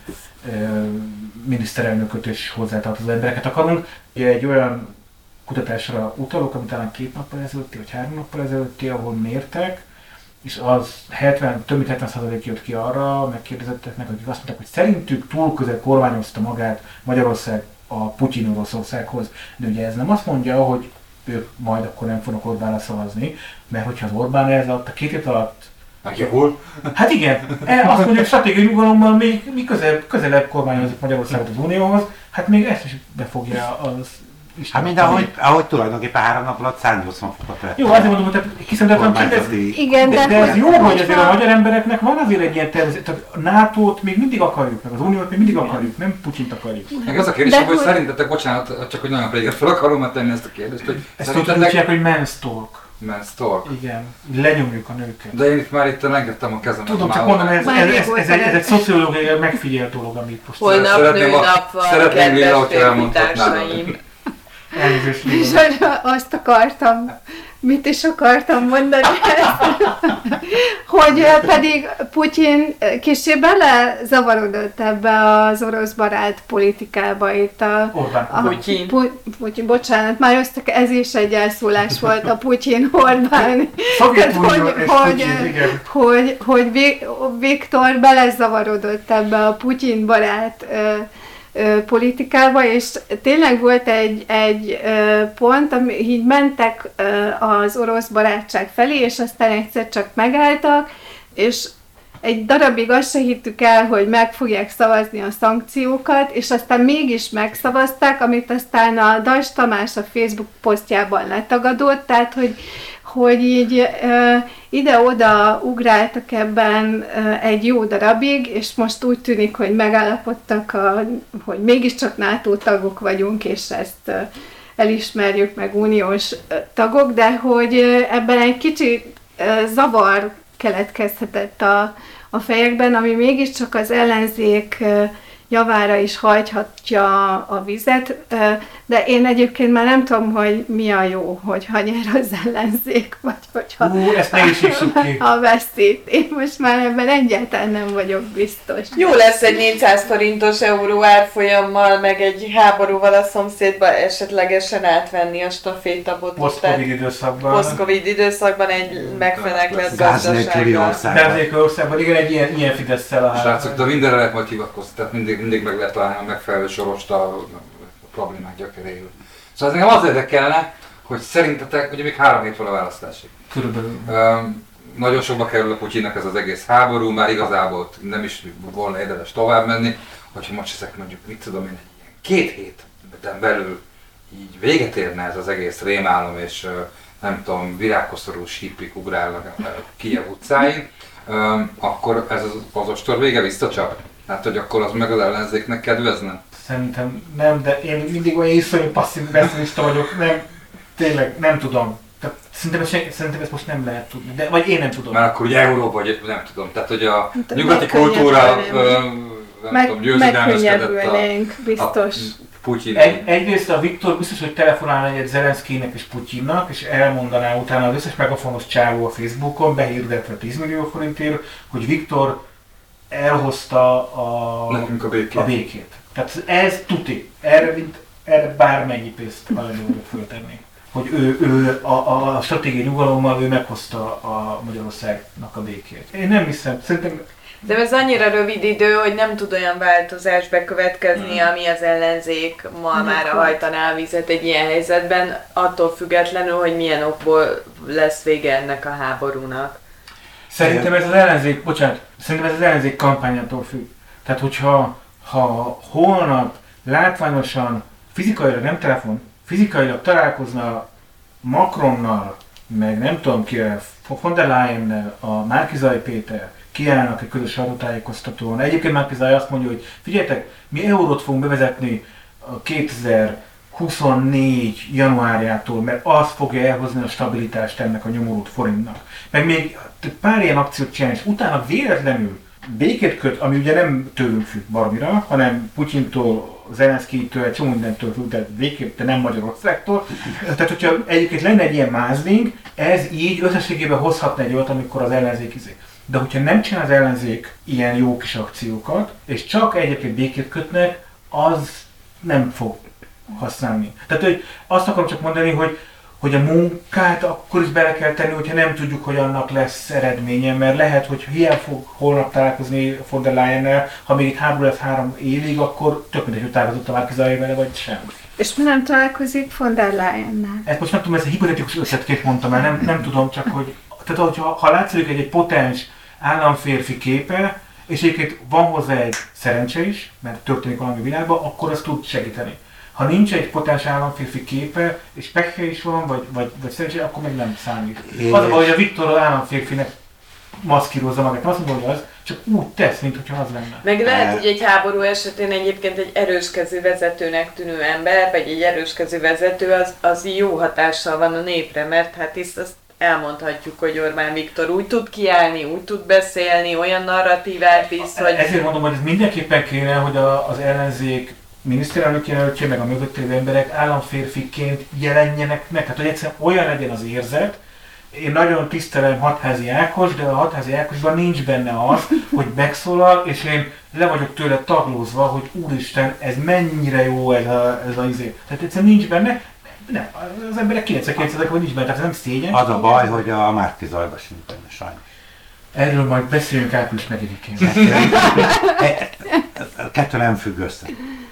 miniszterelnököt és hozzátartozó embereket akarunk. Ugye egy olyan kutatásra utalok, ami talán 2 nappal ezelőtti, vagy 3 nappal ezelőtti, ahol mértek, és az több mint 70% jött ki arra, megkérdezetteknek, akik azt mondták, hogy szerintük túl közel kormányozta magát Magyarország a Putyin Oroszországhoz. De ugye ez nem azt mondja, hogy ők majd akkor nem fognak Orbánra szavazni, mert hogyha az Orbán ez alatt a 2 év alatt... Hát igen, azt mondja, hogy stratégiai nyugalommal még közelebb kormányozik Magyarországot az Unióhoz, hát még ezt is befogja az Hát mind ahogy tulajdonképpen 3 nap alatt 180 fokot vett. Jó, azért mondom, hogy kiszámíthatatlan kérdezni. Igen, de ez jó, hogy azért a magyar embereknek van azért egy ilyen tervezet, tehát a NATO-t még mindig akarjuk, meg az Uniót még mindig akarjuk, nem Putyint akarjuk. Meg az a kérdés, hogy szerintetek, bocsánat, csak hogy nagyon régen fel akarom tenni ezt a kérdést, hogy ezt tudják, hogy manstalk. Manstalk. Igen, lenyomjuk a nőket. De én itt már itt engedtem a kezem. Tudom, csak mondom, ez egy szociológiai megfigyelt dolog, amit most... Holnap nőnap van, kedves férfitársaim. És azt akartam, mit is akartam mondani, hogy pedig Putyin kicsi belezavarodott ebbe az orosz barát politikába itt Putyin. Bocsánat, már ez is egy elszólás volt a Putyin-Orbán. hogy Viktor belezavarodott ebbe a Putyin barát politikába, és tényleg volt egy pont, ami így mentek az orosz barátság felé, és aztán egyszer csak megálltak, és egy darabig azt se hittük el, hogy meg fogják szavazni a szankciókat, és aztán mégis megszavazták, amit aztán a Dass Tamás a Facebook posztjában letagadott, tehát hogy így ide-oda ugráltak ebben egy jó darabig, és most úgy tűnik, hogy megállapodtak, hogy mégiscsak NATO tagok vagyunk, és ezt elismerjük meg uniós tagok, de hogy ebben egy kicsi zavar keletkezhetett a fejekben, ami mégiscsak az ellenzék javára is hajthatja a vizet, de én egyébként már nem tudom, hogy mi a jó, hogyha nyer az ellenzék, vagy hogyha ezt ne is ki. A veszít. Én most már ebben egyáltalán nem vagyok biztos. Jó lesz egy 400 forintos euró árfolyammal, meg egy háborúval a szomszédba esetlegesen átvenni a stafétabotot. Post-Covid időszakban egy megfeneklett gazdasággal. Gáznélküli országban, igen, egy ilyen Fidesz-szel a srácok, de mindenre lehet majd hivatkozni, tehát mindig meg lehet találni a megfelelő sorost a problémák gyökeréül. Szóval ez nekem az érdekelne, hogy szerintetek, ugye még 3 hét van a választásig. Körülbelül. nagyon sokba kerül a Putyinnak ez az egész háború, már igazából nem is volna érdemes tovább menni, hogyha most ezek mondjuk, mit tudom én, 2 héten belül így véget érne ez az egész rémálom, és nem tudom, virágkoszorús hippik ugrálnak Kijev utcáin, akkor ez az ostor vége visszacsap? Hát, hogy akkor az meg az ellenzéknek kedvezne? Szerintem nem, de én mindig olyan iszonyú passzív beszélista vagyok, nem, tényleg nem tudom. Tehát szerintem ezt most nem lehet tudni, de, vagy én nem tudom. Mert akkor ugye Európa, vagy nem tudom, tehát hogy a nyugati kultúra nem tudom, győzedelmeskedett biztos. Putyin. Egyrészt a Viktor biztos, hogy telefonálna egyet Zelenszkijnek és Putyinnak, és elmondaná utána az összes megafonos csávó a Facebookon, behirdetve 10 millió forintért, hogy Viktor elhozta nekünk a békét. Tehát ez tuti. Erre bármennyi pénzt hajlandó föltenni. Hogy ő a stratégiai nyugalommal ő meghozta a Magyarországnak a békét. Én nem hiszem, szerintem... De ez annyira rövid idő, hogy nem tud olyan változás bekövetkezni, ami az ellenzék malmára hajtaná a vizet egy ilyen helyzetben, attól függetlenül, hogy milyen okból lesz vége ennek a háborúnak. Szerintem ez az ellenzék kampányától függ. Tehát hogyha holnap látványosan, fizikailag nem telefon, fizikailag találkozna Macronnal, meg nem tudom ki, von der Leyennel, a Márki-Zay Péter, kiállnak egy közös sajtótájékoztatón. Egyébként Márki-Zay azt mondja, hogy figyeljetek, mi eurót fogunk bevezetni a 2024 januárjától, mert az fogja elhozni a stabilitást ennek a nyomorult forintnak. Meg még pár ilyen akciót csinálni, és utána véletlenül békét köt, ami ugye nem tőlünk függ baromira, hanem Putyintól, Zelenszkijtől, egy csomó mindentől függ, de végképp de nem Magyarországtól. Tehát, hogyha egyébként lenne egy ilyen mázling, ez így összességében hozhatna egy olyat, amikor az ellenzék izé. De hogyha nem csinál az ellenzék ilyen jó kis akciókat, és csak egyébként békét kötnek, az nem fog használni. Tehát, hogy azt akarom csak mondani, hogy a munkát akkor is bele kell tenni, hogyha nem tudjuk, hogy annak lesz eredménye, mert lehet, hogy hiába fog holnap találkozni von der Leyennel, ha még itt háború lesz 3 évig, akkor tök mindegy, hogy találkozott a Márki-Zay vele, vagy sem. És mi nem találkozik von der Leyennel? Ezt most nem tudom, ez egy hipotetikus ötletként mondtam el, nem tudom, csak hogy... Tehát, ha látszik egy potens államférfi képe, és egyébként van hozzá egy szerencse is, mert történik valami világban, akkor az tud segíteni. Ha nincs egy potens államférfi képe, és pekhe is van, vagy szerencsé, akkor meg nem számít. Az a baj, hogy a Viktor államférfinek maszkírozza magát, azt mondja, hogy az csak úgy tesz, mintha az lenne. Meg lehet, hogy egy háború esetén egyébként egy erőskező vezetőnek tűnő ember, vagy egy erőskező vezető, az jó hatással van a népre, mert hát azt elmondhatjuk, hogy Orbán Viktor úgy tud kiállni, úgy tud beszélni, olyan narratívát visz, hogy... Ezért mondom, hogy ez mindenképpen kéne, hogy az ellenzék miniszterelnök jelöltje, meg a mögött lévő emberek államférfiként jelenjenek meg. Tehát, hogy egyszerűen olyan legyen az érzet. Én nagyon tisztelem Hatházi Ákos, de a Hatházi Ákosban nincs benne az, hogy megszólal, és én le vagyok tőle taglózva, hogy úristen, ez mennyire jó ez a izé. Tehát egyszerűen nincs benne. Nem, az emberek 99%-ban nincs benne, tehát ez nem szégyen. Az a baj, hogy a Márki-Zayban sincs benne, sajnos. Erről majd beszéljünk április 4-én. Kettő nem függ össze.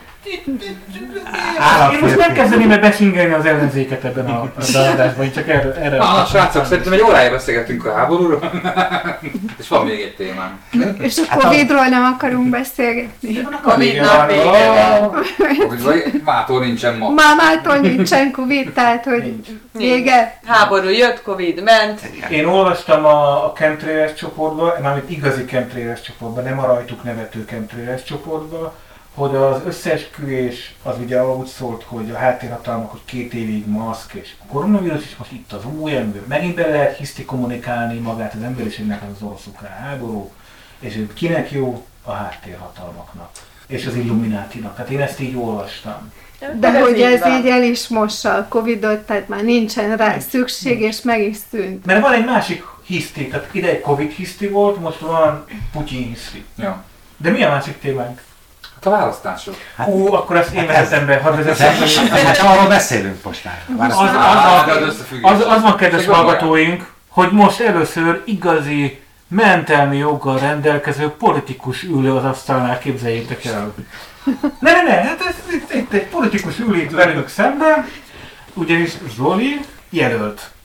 Én most nem kezdeném el besingelni az ellenzéket ebben az adásban, én csak erre srácok, szerintem egy órája beszélgetünk a háborúról, és van még egy témám. És a Covid-ról nem akarunk beszélgetni. Covid-nak vége. Mától nincsen ma. Mától nincsen Covid, tehát hogy vége. Háború jött, Covid ment. Én olvastam a chemtrails csoportba, mármint igazi chemtrails csoportba, nem a rajtuk nevető chemtrails csoportba, hogy az összeesküvés az ugye úgy szólt, hogy a háttérhatalmak, hogy 2 évig maszk és koronavírus, és most itt az új ember. Megint be lehet hiszti kommunikálni magát az emberiségnek az orosz-ukrán háború, és kinek jó? A háttérhatalmaknak. És az Illuminátinak. Tehát én ezt így olvastam. De hogy ez így el is mossa a Covid-ot, tehát már nincsen rá szükség, és meg is szűnt. Mert van egy másik hiszti, tehát ide egy Covid hiszti volt, most van Putyin hiszti. Ja. De mi a másik témánk? Hát a választások. Akkor ezt én vezetem be, hadd vezetem be. Hát arról beszélünk most már. Az van, kedves hallgatóink, hogy most először igazi mentelmi joggal rendelkező politikus ülő az asztalnál, képzeljétek el. Ne, hát itt egy politikus ül itt velünk szemben, ugyanis Zsoli jelölt.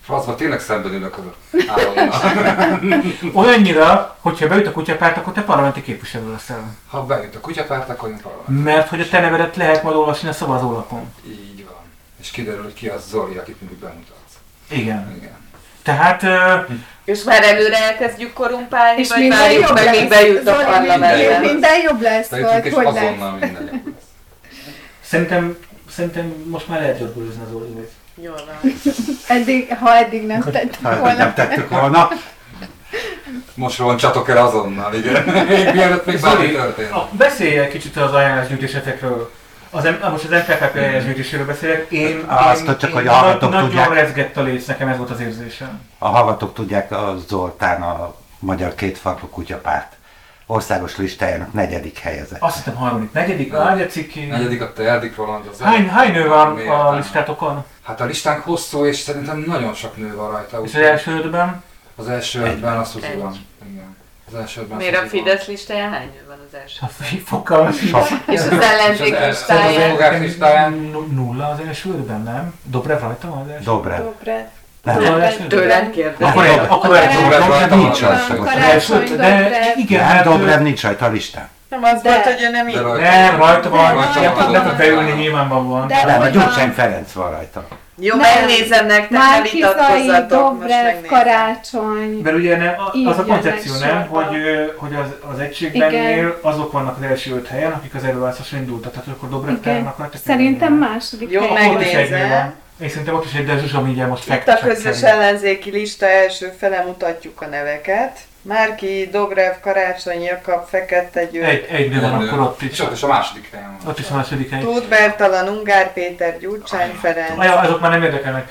Faszba tényleg szemben ülök az állommal. Olyannyira, hogyha beüt a kutyapárt, akkor te parlamenti képviselő leszel. Ha beüt a kutyapárt, akkor én parlament. Mert hogy a te nevedet lehet majd olvasni a szavazólapon. Így van. És kiderül, hogy ki az Zoli, akit mindig bemutatsz. Igen. Igen. Tehát... És már előre elkezdjük korumpálni, És vagy minden várjuk jobb meg, lesz. míg bejut a Zoli, parlamentbe? minden jobb lesz, Beütünk vagy és hogy lesz? azonnal minden jobb lesz. Szerintem most már lehet gyorgulózni az Zolihoz. Jól van. Ha eddig nem tettük Ha volna. nem tettük volna. Most roncsatok el azonnal, igen. Még mielőtt még bármi történt. Beszélj egy kicsit az ajánlásgyűjtésetekről. Most az MKKP ajánlásgyűjtéséről beszélek. Én Hogy a hallgatók nagyon tudják. rezgett a léc, nekem ez volt az érzésem. A hallgatók tudják, a Zoltán a Magyar Kétfarkú Kutyapárt országos listájának 4. helyezett. Azt hiszem harmadik, negyedik, Ágya Ciki. Negyedik a Terdik Roland. Az Hány nő van Miért a nem? listátokon? Hát a listánk hosszú, és szerintem nagyon sok nő van rajta. És az első ötben? Az első ötben az Szuzi van. Igen. Az első ötben Miért a Szuzi van. Fidesz listáján hány nő van az első? Fokkal. És az ellenzék És az listáján? fogák listáján? Nulla az első ötben, nem? Dobrev rajta van az első? Dobrev. Dobrev. Nem. Az első ötben? Tőlem kérdezik. Akkor egy Dobrev rajta nincs van. rajta. Az első ötben, de igen, Nem, hát... Dobrev nincs rajta a listán. Nem az De- volt, hogy ő nem De így. rajta Nem, rajta van, Rajta nem van. tud beülni, nyilvánvalóan. De- Nem, a rajta van. Gyurcsány Ferenc van rajta. Jó, Nem. megnézem nektek, ne Márki-Zai, vitatkozzatok. Most Dobrev, megnézem. Karácsony. Mert ugye Így az a jönnek koncepció nem, sorba. hogy az egységbennél Igen. azok vannak az első 5 helyen, akik az előválasztáson indultak, tehát akkor Dobrev Igen. tárnak rajta. Szerintem második Jó, helyen. Ott is egy nő megnézem. van. Én szerintem ott is egy, de Zsuzsa mindjárt most Itt a fact-check közös szerint. ellenzéki lista első fele mutatjuk a neveket. Márki, Dobrev, Karácsony, Jakab, Fekete Győr, Egy nő van akkor ott És is. ott is a második helyen van. Ott is a második hely. Tóth Bertalan, Ungár Péter, Gyurcsány Ferenc. Azok már nem érdekelnek.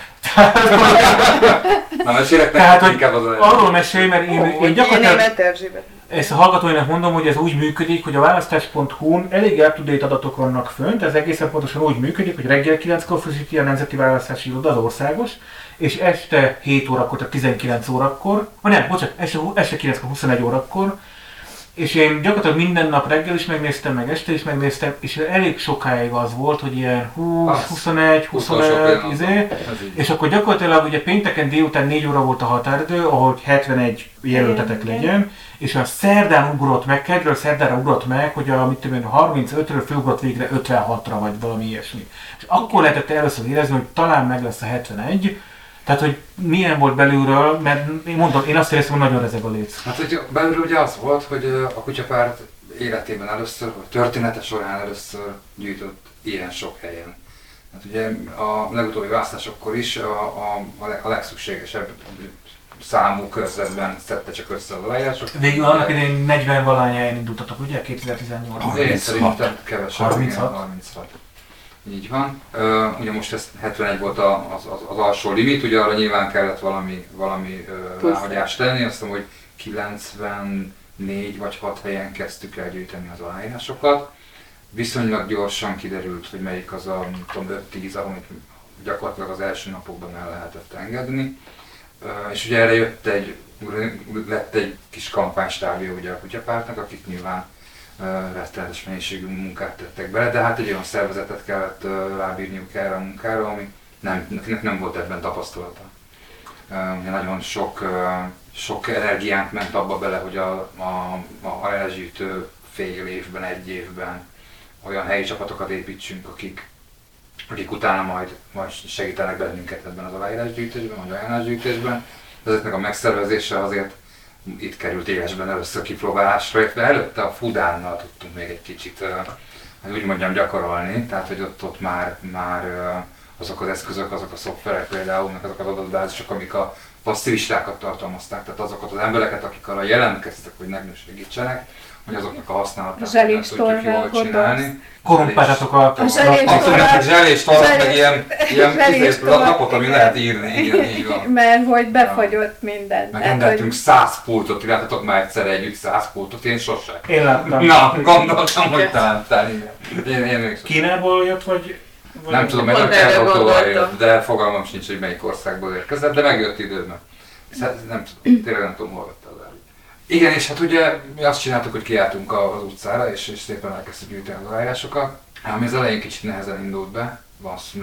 Na, mesélek Tehát, nektek hogy inkább az arról mesélj, mert én gyakorlatilag Németh Erzsébet. ezt a hallgatóinak mondom, hogy ez úgy működik, hogy a választás.hu-n elég up-to-date adatok vannak fönt, ez egészen pontosan úgy működik, hogy reggel 9-kor frissíti ki a Nemzeti Választási Iroda, az országos, és este 7 órakor, tehát 19 órakor, este 9-kor, 21 órakor, és én gyakorlatilag minden nap reggel is megnéztem, meg este is megnéztem, és elég sokáig az volt, hogy ilyen 20, Az. 21, Utolsó 25, pillanatban. Ez így. és akkor gyakorlatilag ugye pénteken délután 4 óra volt a határidő, ahol 71 jelöltetek Igen. legyen, és a szerdán ugrott meg, kedről szerdára ugrott meg, hogy a 35-ről fölugrott végre 56-ra, vagy valami ilyesmi. És akkor lehetett először érezni, hogy talán meg lesz a 71, tehát hogy milyen volt belülről, mert én mondom, én azt éreztem, hogy nagyon rezeg a léc. Hát hogy belül ugye az volt, hogy a kutyapárt életében először, vagy története során először gyűjtött ilyen sok helyen. Hát ugye a legutóbbi választásokkor is a legszükségesebb számú körzetben szedte csak össze az aláírásokat. Végül annak idején 40 valány helyen indultatok, ugye? 2018-ban. Én szerintem kevesebb. 36. Igen, 36. Így van. Ugye most ez 71 volt az alsó limit, ugye arra nyilván kellett valami ráhagyást tenni, azt mondom, hogy 94 vagy 6 helyen kezdtük el gyűjteni az aláírásokat. Viszonylag gyorsan kiderült, hogy melyik az a 5-10, amit gyakorlatilag az első napokban el lehetett engedni. És ugye erre lett egy kis kampánystábja ugye a kutyapártnak, akik nyilván rettenetes mennyiségű munkát tettek bele, de hát egy olyan szervezetet kellett rábírniuk erre a munkára, akinek nem volt ebben tapasztalata. Ugye nagyon sok energiánk ment abba bele, hogy a elzsítő fél évben, egy évben olyan helyi csapatokat építsünk, akik utána majd segítenek bennünket ebben az aláírásgyűjtésben, vagy ajánlásgyűjtésben. Ezeknek a megszervezése azért itt került élesben először kipróbálásra, illetve előtte a Fudánnal tudtunk még egy kicsit, hogy úgy mondjam, gyakorolni, tehát hogy ott már azok az eszközök, azok a szoftverek például, meg azok az adatbázisok, amik a passzívistákat tartalmazták, tehát azokat az embereket, akik arra jelentkeztek, hogy nekünk segítsenek, hogy azoknak a használatát tudjuk jól csinálni. Korrumpáltatok a... Zseléstorral, meg ilyen lapot, ami lehet írni, igen, így van. Mert hogy befagyott minden. Megrendeltünk 100 pultot, láthatok már egyszer együtt 100 pultot, én sosem. Én láttam. Na, gondoltam, hogy találtál, igen. Én még sosem. Kínából jött, vagy... Nem tudom, meg a Pont erre Cserautóval gondoltam. jött, de fogalmam sincs, hogy melyik országból érkezett, de megjött időben. Nem tudom, tényleg nem tudom, hol vette az el. Igen, és hát ugye mi azt csináltuk, hogy kiálltunk az utcára, és szépen elkezdtük gyűjteni az aláírásokat. Ami az elején kicsit nehezen indult be, valószínűleg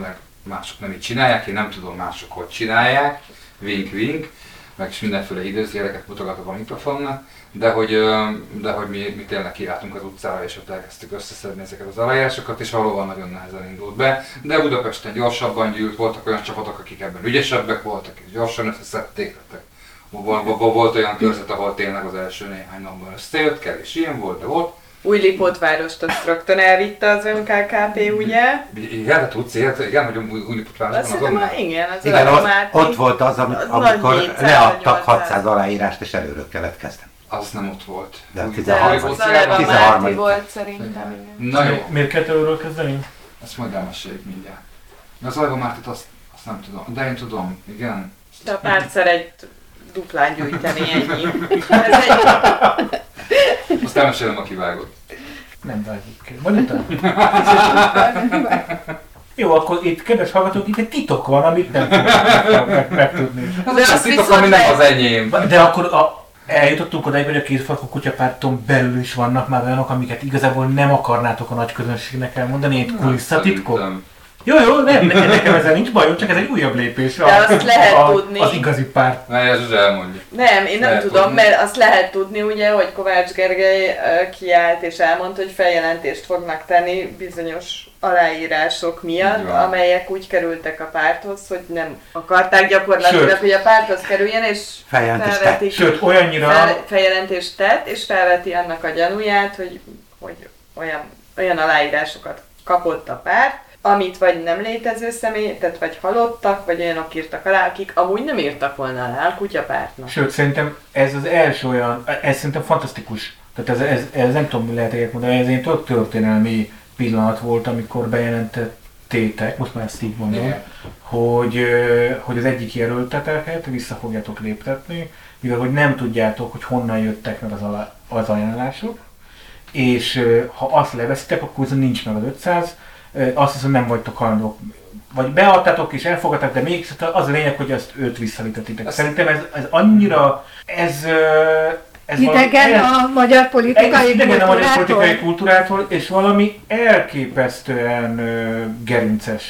mások nem így csinálják, én nem tudom mások hogy csinálják, wink-wink, meg is mindenféle időzjeleket mutogatok a mikrofonnak, de hogy mi tényleg kiálltunk az utcára, és ott elkezdtük összeszedni ezeket az aláírásokat, és valóban nagyon nehezen indult be. De Budapesten gyorsabban gyűlt, voltak olyan csapatok, akik ebben ügyesebbek voltak, és gyorsan összeszedték. Volt olyan körzet, ahol tényleg az első néhány napban összejött, kevés ilyen volt, de volt. Újlipótvárost azt rögtön elvitte az ÖNKKP, ugye? Igen, de tudsz ilyet, igen, hogy Újlipótvárosban azonnal? Igen, ott volt az, amikor leadtak 600 aláírást, és előről kellett kezdeni. Az nem ott volt. De a az Aleva Márti volt szerintem. Na jó, Miért kell előről kezdeni? ezt majd elmeséljük mindjárt. De az Aleva Mártit azt nem tudom, de én tudom, igen. De a pártszer egy duplán gyűjteni, ennyi. Ez egy... Azt elmesélem, aki vágott. Nem vágjuk ki. Vagy utána. Jó, akkor itt, kedves hallgatók, itt egy titok van, amit nem tudunk megtudni. Az titok, ami nem az enyém. De akkor eljutottunk odáig, hogy a Kétfarkú kutyapárton belül is vannak már olyanok, amiket igazából nem akarnátok a nagy közönségnek elmondani, egy kulisszatitkok? Jó, nekem ezzel nincs bajom, csak ez egy újabb lépés. De azt lehet tudni. Az igazi párt. Mert ez elmondja. Nem, én nem tudom, tudni. Mert azt lehet tudni, ugye, hogy Kovács Gergely kiállt és elmondta, hogy feljelentést fognak tenni bizonyos aláírások miatt, amelyek úgy kerültek a párthoz, hogy nem akarták gyakorlatilag, hogy a párthoz kerüljen, és felvetik. Sőt, olyannyira... Feljelentést tett, és felveti annak a gyanúját, hogy olyan aláírásokat kapott a párt, amit vagy nem létező személy, tehát vagy halottak, vagy olyanok írtak alá, akik amúgy nem írtak volna alá a kutyapártnak. Sőt, szerintem ez az első olyan, ez szerintem fantasztikus. Tehát ez nem tudom, mi lehet egyet mondani, ez egy tök történelmi pillanat volt, amikor bejelentettétek, most már ezt így mondom, hogy az egyik jelölteteket vissza fogjátok léptetni, mivel hogy nem tudjátok, hogy honnan jöttek meg az ajánlások, és ha azt leveszitek, akkor nincs meg az 500, azt hiszem nem vagytok hajlandók, vagy beadtátok és elfogadták, de mégis az a lényeg, hogy azt őt visszalítetitek. Szerintem ez annyira, ez idegen a magyar politikai kultúrától, és valami elképesztően gerinces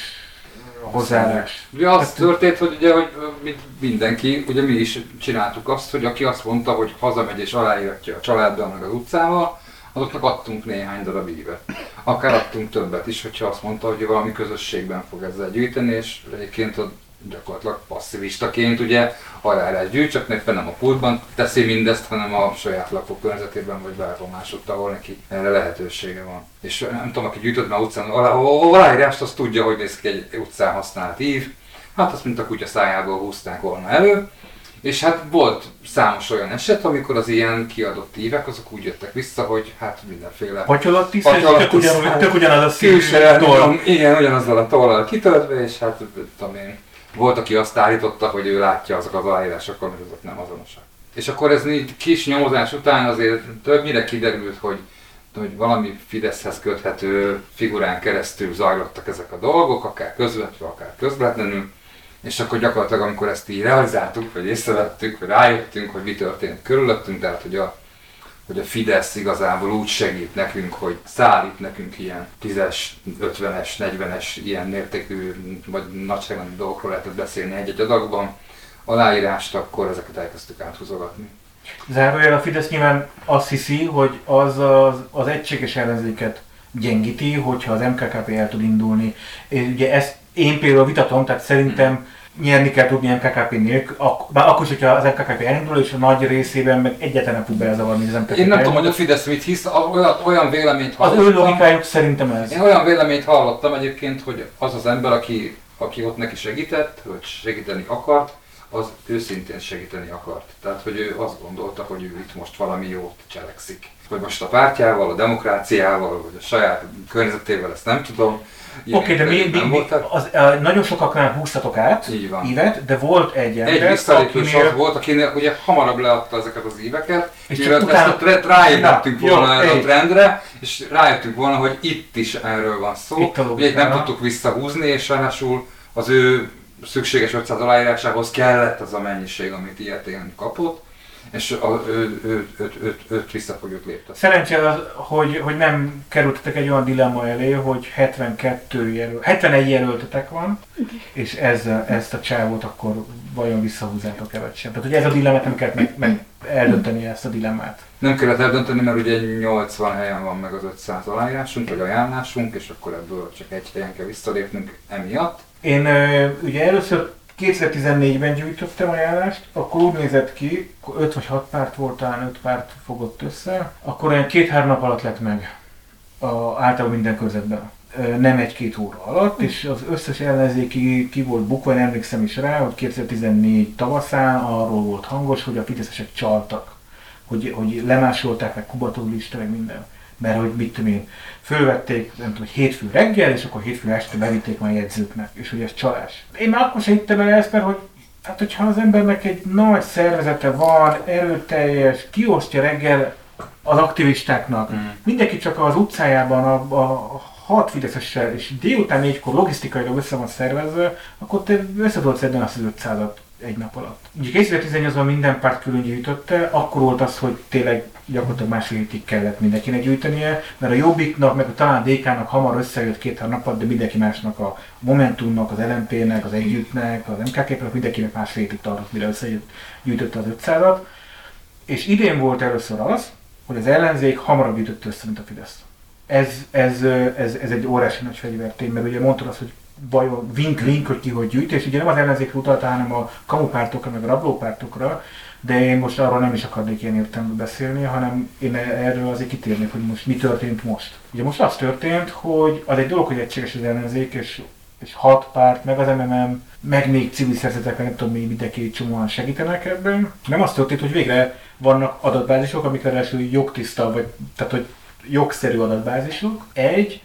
hozzáállás. Ugye az történt, hogy ugye, hogy mindenki, ugye mi is csináltuk azt, hogy aki azt mondta, hogy hazamegy és aláíratja a családdal meg az utcával, azoknak adtunk néhány darab ívet. Akár adtunk többet is, hogyha azt mondta, hogy valami közösségben fog ezzel gyűjteni, és egyébként gyakorlatilag passzivistaként ugye aláírás gyűjt, csak nem a pultban teszi mindezt, hanem a saját lakókörnyezetében vagy bárhol másutt, ahol neki erre lehetősége van. És nem tudom, aki gyűjtött már utcán aláírást, az tudja, hogy néz ki egy utcán használt ív. Hát azt mint a kutya szájából húzták volna elő. És hát volt számos olyan eset, amikor az ilyen kiadott ívek, azok úgy jöttek vissza, hogy hát mindenféle... Patyolatisztes, tök ugyanaz a szívszer, igen, ugyanazzal a tollal kitöltve, és hát tudom én, volt, aki azt állította, hogy ő látja azok az aláírásokkal, hogy azok nem azonosak. És akkor ez így kis nyomozás után azért többnyire kiderült, hogy valami Fideszhez köthető figurán keresztül zajlottak ezek a dolgok, akár közvetve, akár közvetlenül. És akkor gyakorlatilag, amikor ezt így realizáltuk, vagy észrevettük, vagy rájöttünk, hogy mi történt körülöttünk, tehát hogy a Fidesz igazából úgy segít nekünk, hogy szállít nekünk ilyen 10-es, 50-es, 40-es ilyen mértékű, vagy nagyságrendű dolgokról lehetett beszélni egy-egy adagban, aláírást, akkor ezeket elkezdtük áthúzogatni. Zárójel a Fidesz nyilván azt hiszi, hogy az egységes ellenzéket gyengíti, hogyha az MKKP el tud indulni. Ugye ezt én például vitatom, tehát szerintem nyerni kell tudni MKKP nélkül, bár akkor is, hogyha az MKKP elindul, és a nagy részében meg egyáltalán nem fog belezavarni az MKKP. Én nem tudom, hogy a Fidesz mit hisz, olyan véleményt hallottam. Az ő logikájuk szerintem ez. Én olyan véleményt hallottam egyébként, hogy az az ember, aki ott neki segített, vagy segíteni akart, az őszintén segíteni akart. Tehát, hogy ő azt gondolta, hogy ő itt most valami jót cselekszik. Hogy most a pártjával, a demokráciával, vagy a saját környezetével, ezt nem tudom. Oké, de nagyon sokaknál húztatok át ívet, de volt egy ember, egy visszalépés az volt, akinek ugye hamarabb leadta ezeket az íveket, és mivel utána rájöttünk volna erre a trendre, és rájöttünk volna, hogy itt is erről van szó. Ugye nem tudtuk visszahúzni, és ráadásul az ő szükséges 500 aláírásához kellett az a mennyiség, amit ilyetén kapott. És őt vissza fogjuk léptetni. Szerencsére az, hogy nem kerültetek egy olyan dilemma elé, hogy 71 jelöltetek van, és ezt a csávót akkor vajon visszahúzzátok-e vagy sem. Tehát, hogy ez a dilemmát nem kellett meg eldönteni ezt a dilemmát. Nem kellett eldönteni, mert ugye 80 helyen van meg az 500 aláírásunk, vagy ajánlásunk, és akkor ebből csak egy helyen kell visszalépnünk emiatt. Én ugye először 2014-ben gyűjtöttem ajánlást, akkor úgy nézett ki, 5 vagy 6 párt volt, talán 5 párt fogott össze, akkor olyan 2-3 nap alatt lett meg általában minden körzetben. Nem 1-2 óra alatt, és az összes ellenzéki ki volt bukva, én emlékszem is rá, hogy 2014 tavaszán arról volt hangos, hogy a fideszesek csaltak, hogy lemásolták meg kubatólista, meg minden. Mert hogy mit tudom én, fölvették, nem tudom, hétfő reggel, és akkor hétfő este bevitték már jegyzőknek, és hogy ez csalás. Én már akkor sem hittem el ezt, mert hogy hát, hogyha az embernek egy nagy szervezete van, erőteljes, kiosztja reggel az aktivistáknak, mindenki csak az utcájában a 6 fideszessel, és délután 4-kor logisztikailag össze van szervezve, akkor te össze tudod szedni azt az 500-at egy nap alatt. Ugye 2018-ban minden párt külön gyűjtötte, akkor volt az, hogy tényleg gyakorlatilag másfél hétig kellett mindenkinek gyűjtenie, mert a Jobbiknak, meg talán a DK-nak hamar összejött 2-3 napot, de mindenki másnak, a Momentumnak, az LMP-nek, az Együttnek, az MKK-nek, mindenkinek másfél hétig tartott, mire összegyűjtötte az 500-at. És idén volt először az, hogy az ellenzék hamarabb gyűjtötte össze, mint a Fidesz. Ez egy óriási nagy fegyvertény, mert ugye mondtad azt, hogy vajon vink-vink, hogy ki hogy gyűjt, és ugye nem az ellenzékre utalta, hanem a kamupártokra, meg a rablópártokra, de én most arról nem is akarnék ilyen értelemben beszélni, hanem én erről azért kitérnék, hogy most mi történt most. Ugye most az történt, hogy az egy dolog, hogy egységes az ellenzék, és 6 párt, meg az MMM, meg még civil szervezetek, nem tudom, mindenki csomóan segítenek ebben. Nem az történt, hogy végre vannak adatbázisok, amik ráadásul jogtiszta, vagy tehát, hogy jogszerű adatbázisok. 1,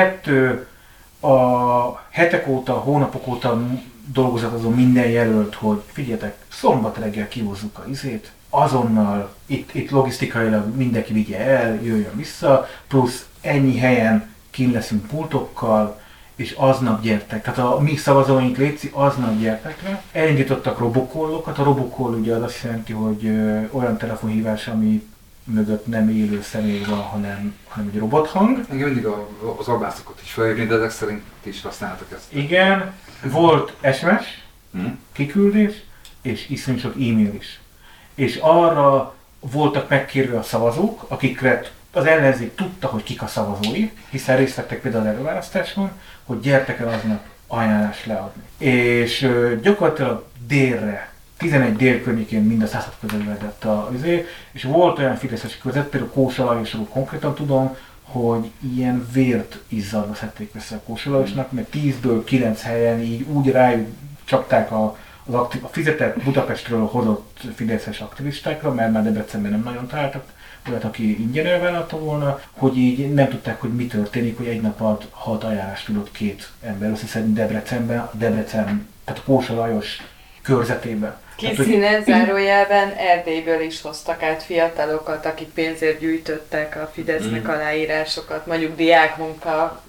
2, a hetek óta, hónapok óta dolgozott azon minden jelölt, hogy figyeljetek, szombat reggel kihozzuk a izét, azonnal itt logisztikailag mindenki vigye el, jöjjön vissza, plusz ennyi helyen kint leszünk pultokkal, és aznap gyertek. Tehát a mi szavazóink létszik, aznap gyertek le. Elindítottak robocallokat, a robocall ugye az azt jelenti, hogy olyan telefonhívás, ami mögött nem élő személy van, hanem egy robothang. Engem mindig az albászokat is felhívni, de ezek szerint is használtak ezt. Igen, volt SMS, kiküldés, és iszonyú sok e-mail is. És arra voltak megkérve a szavazók, akikre az ellenzék tudta, hogy kik a szavazói, hiszen részt vettek például az előválasztáson, hogy gyertek el aznap ajánlást leadni. És gyakorlatilag délre, 11 dél környékén mind a 106 közelvedett a üzé, és volt olyan fideszes között, például Kósa Lajosról konkrétan tudom, hogy ilyen vért izzadva szedték össze a Kósa Lajosnak, mert 10-ből 9 helyen így úgy rájuk csapták a fizetett Budapestről hozott fideszes aktivistákra, mert már Debrecenben nem nagyon találtak olyat, aki ingyen elvállalta volna, hogy így nem tudták, hogy mi történik, hogy egy nap alatt 6 ajánlást tudott 2 ember összeszedni Debrecenben, tehát a Kósa Lajos körzetében. Kis színen zárójelben Erdélyből is hoztak át fiatalokat, akik pénzért gyűjtöttek a Fidesznek aláírásokat, mondjuk diákmunka.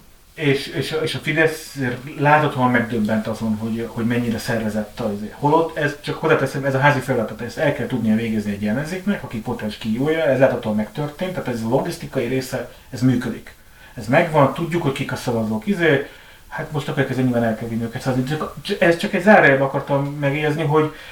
És a Fidesz láthatóan megdöbbent azon, hogy mennyire szervezett az. Holott ez csak hozzáteszem, ez a házi feladat, ezt el kell tudnia végezni egy ellenzéknek, aki potens kijója, ez láthatóan megtörtént, tehát ez a logisztikai része, ez működik. Ez megvan, tudjuk, hogy kik a szavazók. Hát most akkor ezzel nyilván el kell vinni őket. Ez csak egy zárójelben akartam megjegyezni,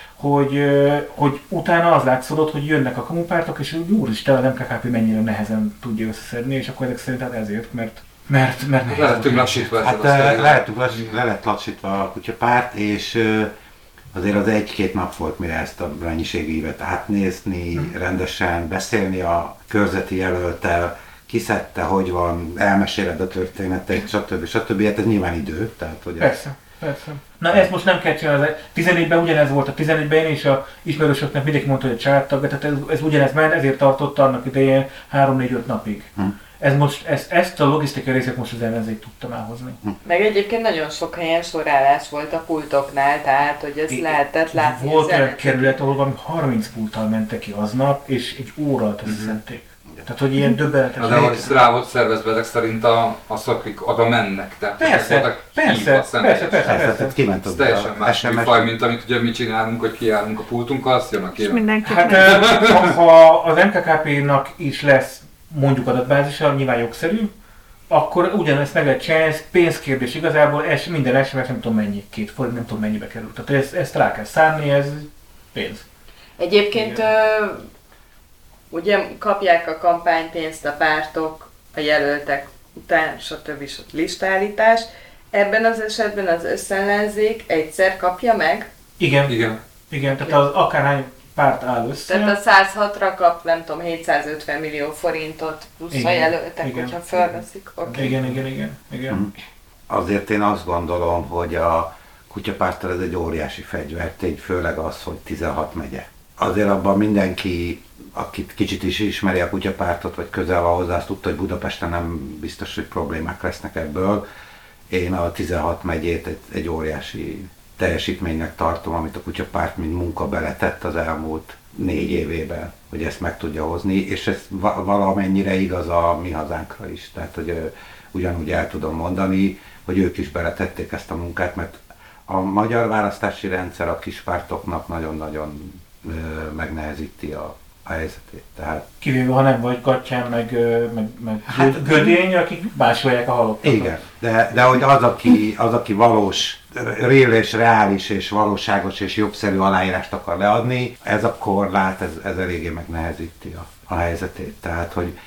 hogy utána az látszódott, hogy jönnek a kamupártok, és úristen, az MKKP mennyire nehezen tudja összeszedni, és akkor ezek szerint hát ezért, mert le lettünk lassítva hát le lett lassítva a kutyapárt, és azért az 1-2 nap volt, mire ezt a mennyiségi ívet átnézni, rendesen beszélni a körzeti jelölttel, kiszedte, hogy van, elmeséled a történetet, stb. Hát ez nyilván idő. Tehát, hogy persze. Na ezt most nem kell csinálni, 14-ben ugyanez volt, a 14-ben én és a ismerősöknek mindenki mondta, hogy a családtag, tehát ez ugyanez ment, ezért tartott annak idején 3-4-5 napig. Ezt a logisztikai részét most az ellenzék tudta már hozni. Meg egyébként nagyon sok helyen sorálás volt a pultoknál, tehát hogy ezt lehetett látni. Volt olyan kerület, ahol valami 30 pulttal mentek ki aznap, és egy óra alatt összeszedték. Tehát, hogy ilyen döbbenetes. De hogy rá volt szervezve ezek szerint az, akik oda mennek. Tehát Persze. Tehát kiment ez az teljesen a más SMS. műfaj, mint amit ugye mi csinálunk, hogy kiállunk a pultunkkal, azt jönnek És ilyen. mindenképpen. Hát ha az MKKP-nak is lesz mondjuk adatbázisa, nyilván jogszerű, akkor ugyanezt meg lehet csinálni, ez pénzkérdés igazából, minden SMS nem tudom mennyi, 2 forint, nem tudom mennyibe kerül. Tehát ezt rá kell szánni, ez pénz. Egyébként ugye kapják a kampánypénzt a pártok, a jelöltek után, stb. Listállítás. Ebben az esetben az összellenzék egyszer kapja meg. Igen, tehát az akárhány párt áll össze. Tehát a 106-ra kap, nem tudom, 750 millió forintot plusz a jelöltek, hogyha felveszik. Okay. Igen. Azért én azt gondolom, hogy a kutyapárttal ez egy óriási fegyvertény, főleg az, hogy 16 megye. Azért abban mindenki, akit kicsit is ismeri a kutyapártot, vagy közel van hozzá, azt tudta, hogy Budapesten nem biztos, hogy problémák lesznek ebből. Én a 16 megyét egy óriási teljesítménynek tartom, amit a kutyapárt mint munka beletett az elmúlt 4 évében, hogy ezt meg tudja hozni, és ez valamennyire igaz a Mi Hazánkra is. Tehát, hogy ugyanúgy el tudom mondani, hogy ők is beletették ezt a munkát, mert a magyar választási rendszer a kispártoknak nagyon-nagyon megnehezíti a helyzetét. Tehát... Kivéve, ha nem vagy Gattyán, meg Gödény, akik másolják a halottat. Igen, de hogy az, aki valós, real és reális és valóságos és jobbszerű aláírást akar leadni, ez a korlát, ez eléggé megnehezíti a helyzetét. Tehát, hogy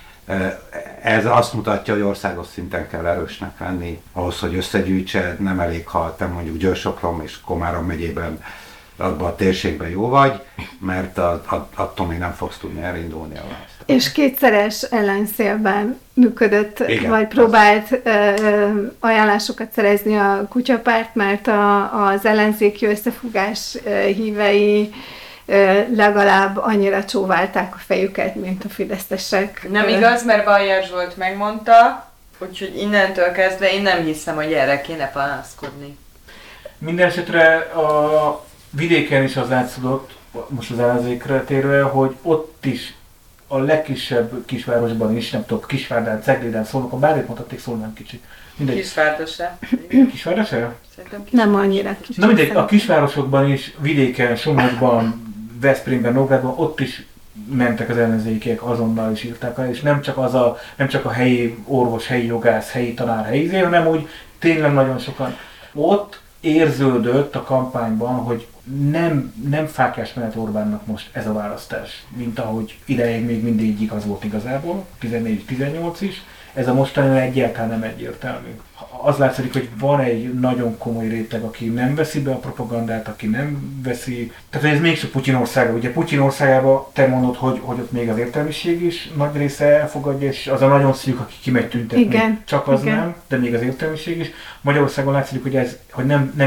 ez azt mutatja, hogy országos szinten kell erősnek lenni, ahhoz, hogy összegyűjtse, nem elég, ha te mondjuk Győr-Sopron és Komárom megyében abban a térségben jó vagy, mert attól még nem fogsz tudni elindulni a választ. És kétszeres ellenszélben működött, igen, vagy próbált ajánlásokat szerezni a kutyapárt, mert az ellenzéki összefogás hívei legalább annyira csóválták a fejüket, mint a fideszesek. Nem igaz, mert Bajer Zsolt megmondta, úgyhogy innentől kezdve én nem hiszem, hogy erre kéne panaszkodni. Mindenesetre a vidéken is az látszódott, most az ellenzékre térve, hogy ott is a legkisebb kisvárosban is, nem tudom, Kisvárdán, Cegléden, Szolnokon, bármit mondhatték, Szolnokon kicsi. Kisvárda-e? Kisvárda-e? Nem annyira kicsi. Na mindegy, a kisvárosokban is, vidéken, Somogyban, Veszprémben, Nógrádban, ott is mentek az ellenzékiek, azonnal is írták el, és nem csak a helyi orvos, helyi jogász, helyi tanár, helyi hanem úgy tényleg nagyon sokan. Ott érződött a kampányban, hogy nem fáklyás menet Orbánnak most ez a választás, mint ahogy ideig még mindig az volt igazából, 14-18 is. Ez a mostani egyáltalán nem egyértelmű. Az látszik, hogy van egy nagyon komoly réteg, aki nem veszi be a propagandát, aki nem veszi... Tehát ez mégsem Putyin országa. Ugye Putyin országában te mondod, hogy ott még az értelmiség is nagy része elfogadja, és az a nagyon szűk, aki kimegy tüntetni, igen, csak az igen. Nem, de még az értelmiség is. Magyarországon látszik, hogy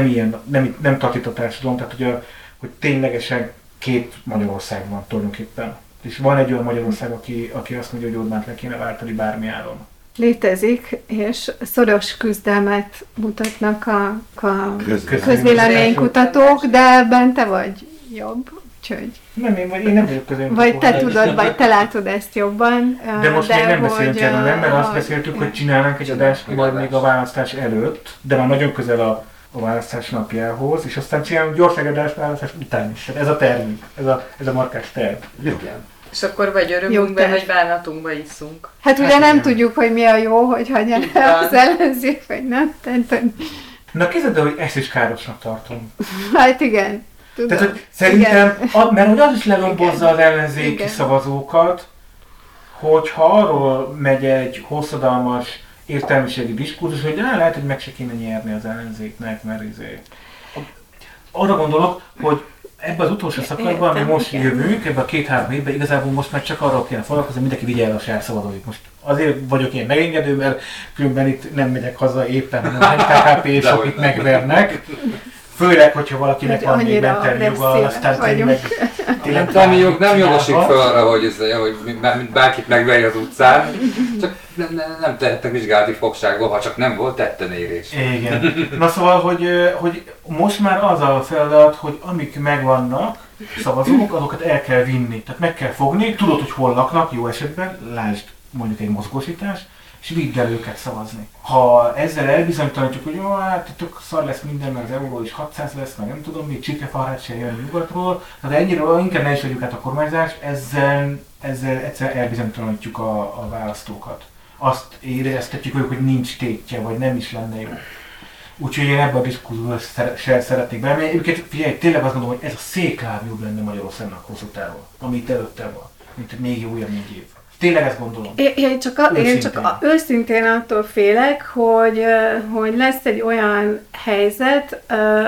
nem tartít a társadalom, tehát hogy ténylegesen két Magyarország van tulajdonképpen. És van egy olyan Magyarország, aki azt mondja, hogy Orbánt le kéne váltani bármi áron. Létezik, és szoros küzdelmet mutatnak a közvéleménykutatók, de ebben te vagy jobb, úgyhogy... Nem, én nem vagyok közvéleménykutató. Vagy te tudod, vagy te látod ezt jobban. De most még nem beszélünk erről, nem, mert azt beszéltük, hogy csinálnánk egy adást majd még a választás előtt, de már nagyon közel a választás napjához, és aztán csinálunk gyorságadást választás után is. Ez a tervünk, ez a markás terv. Igen. És akkor vagy örömünkben, vagy bánatunkban iszunk. Hát ugye nem tudjuk, hogy mi a jó, hogy hagyja az ellenzék, vagy nem. Na képzeld el, hogy ezt is károsnak tartom. Hát igen. Tudom. Tehát, hogy szerintem, mert hogy az is lelombozza az ellenzéki szavazókat, hogyha arról megy egy hosszadalmas értelmiségi diskurzus, hogy lehet, hogy meg se kéne nyerni az ellenzéknek, mert arra gondolok, hogy ebben az utolsó szakaszban, ami most jövünk, ebben a 2-3 évben igazából most már csak arról kéne foglalkozni, mindenki vigye el a saját szavazóit. Most azért vagyok én megengedő, mert különben itt nem megyek haza éppen, hanem a KKP és akik megvernek. Főleg, hogyha valakinek van még mentelmi joga, aztán tényleg nem jogosít fel arra, hogy bárkit megverj az utcán, csak nem tehetnek vizsgálati fogságból, ha csak nem volt tettenérés. Igen. Na szóval, hogy most már az a feladat, hogy amik megvannak, szavazók, azokat el kell vinni. Tehát meg kell fogni, tudod, hogy hol laknak, jó esetben, lásd mondjuk egy mozgósítás, és vidd el őket szavazni. Ha ezzel elbizonytalanítjuk, hogy jó, hát tök szar lesz minden, mert az euró is 600 lesz, meg nem tudom, még csirkefarhát se jön nyugatról, tehát ennyire inkább ne is vegyük át a kormányzást, ezzel egyszer elbizonytalanítjuk a választókat. Azt éreztetjük velük, hogy nincs tétje, vagy nem is lenne jó. Úgyhogy én ebben a diskurzusban szeretnék bemenni. Egyébként figyelj, tényleg azt gondolom, hogy ez a székláb jobb lenne Magyarországnak hosszú távon, ami itt előttem van, mint még újabb 4 év. Tényleg ezt gondolom. Én csak őszintén attól félek, hogy lesz egy olyan helyzet,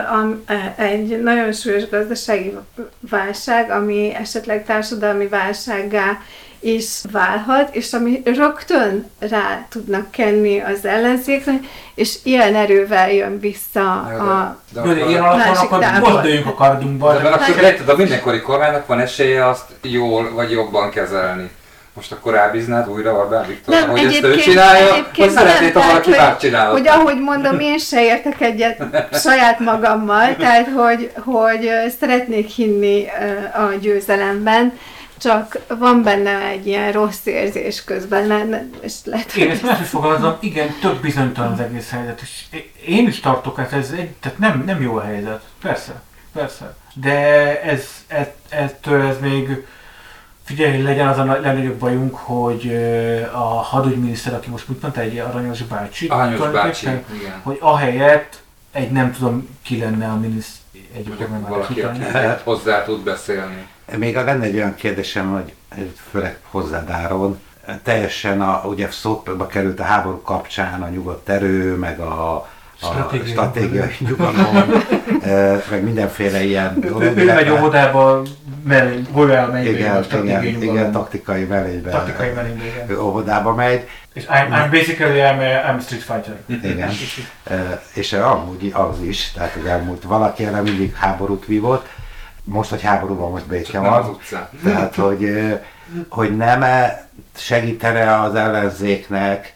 egy nagyon súlyos gazdasági válság, ami esetleg társadalmi válsággá is válhat, és ami rögtön rá tudnak kenni az ellenzékre, és ilyen erővel jön vissza a ilyen alapon akkor gondoljunk a kardunkba. De a mindenkori kormánynak van esélye azt jól vagy jobban kezelni. Most akkor rábíznád újra Orbán Viktorra, hogy ezt ő csinálja, vagy szeretnéd, ha valaki más csinálja? Hogy ahogy mondom, én se értek egyet saját magammal, tehát hogy szeretnék hinni a győzelemben, csak van benne egy ilyen rossz érzés közben, és lehet, én ezt máshogy fogalmazom, igen, több bizonytalan az egész helyzet, és én is tartok, tehát nem jó a helyzet, persze, de ettől ez még, figyelj, legyen az a legnagyobb bajunk, hogy a hadügyminiszter, aki most mit mondta, egy Aranyos bácsi, igen. Hogy ahelyett egy nem tudom ki lenne a miniszter, valaki, aki hozzá tud beszélni. Még lenne egy olyan kérdésem, hogy főleg hozzád, Áron, teljesen ugye szóba került a háború kapcsán a nyugodt erő, meg a stratégiai nyugalom, meg mindenféle ilyen dolog. Ő megy óvodába, hol megy, igen, taktikai melényben. Ő óvodába megy. És I'm a street fighter. Igen. És amúgy az is, tehát hogy elmúlt valaki erre mindig háborút vívott. Most, hogy háborúban, most béke van. Tehát, hogy nem segítene az ellenzéknek,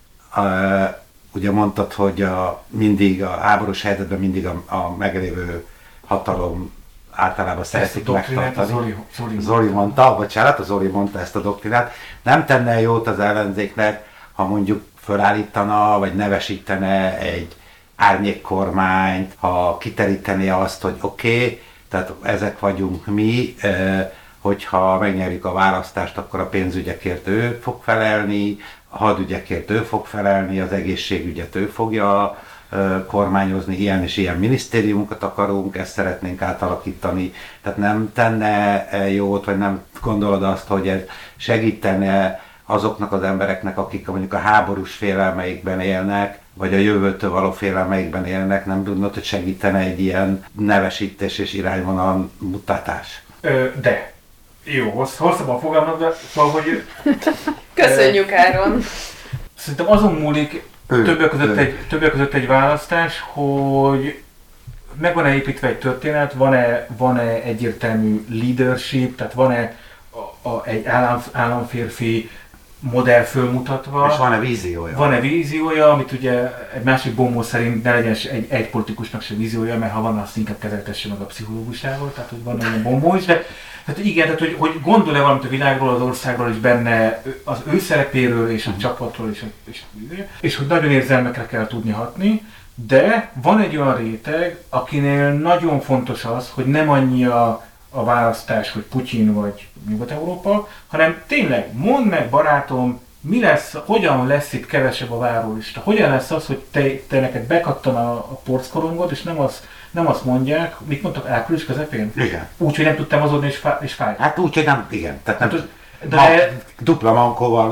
ugye mondtad, hogy mindig a háborús helyzetben mindig a meglévő hatalom általában szeretik megtartani. Zoli mondta ezt a doktrinát. Nem tenne jót az ellenzéknek, ha mondjuk fölállítana, vagy nevesítene egy árnyékkormányt, ha kiterítené azt, hogy oké, tehát ezek vagyunk mi, hogyha megnyerjük a választást, akkor a pénzügyekért ő fog felelni, a hadügyekért ő fog felelni, az egészségügyet ő fogja kormányozni, ilyen és ilyen minisztériumokat akarunk, ezt szeretnénk átalakítani. Tehát nem tenne jót, vagy nem gondolod azt, hogy ez segítene azoknak az embereknek, akik mondjuk a háborús félelmeikben élnek, vagy a jövőtől való félelmeikben élnek, nem tudod, hogy segítene egy ilyen nevesítés és irányvonal mutatás? De. Jó, hosszabban fogalmazva, szóval, hogy... Köszönjük, Áron! Szerintem azon múlik többek között egy választás, hogy meg van-e építve egy történet, van-e egyértelmű leadership, tehát van-e egy államférfi modell fölmutatva. És van-e víziója? Van-e víziója, amit ugye egy másik bombó szerint ne legyen egy politikusnak se víziója, mert ha van, azt inkább kezeltesse meg a pszichológusával, tehát hogy van olyan bombó is, de tehát igen, tehát hogy gondol-e valamit a világról, az országról is benne, az ő szerepéről és a csapatról és hogy nagyon érzelmekre kell tudni hatni, de van egy olyan réteg, akinél nagyon fontos az, hogy nem annyi a választás, hogy Putyin vagy Nyugat-Európa, hanem tényleg mondd meg, barátom, mi lesz, hogyan lesz itt kevesebb a várólista? Hogyan lesz az, hogy te neked bekattan a porckorongod, és nem azt mondják, mit mondtak, április közepén? Igen. Úgy, hogy nem tudtam mozogni és fájt. Hát úgy, hogy nem, igen. Tehát nem, de dupla mankóval.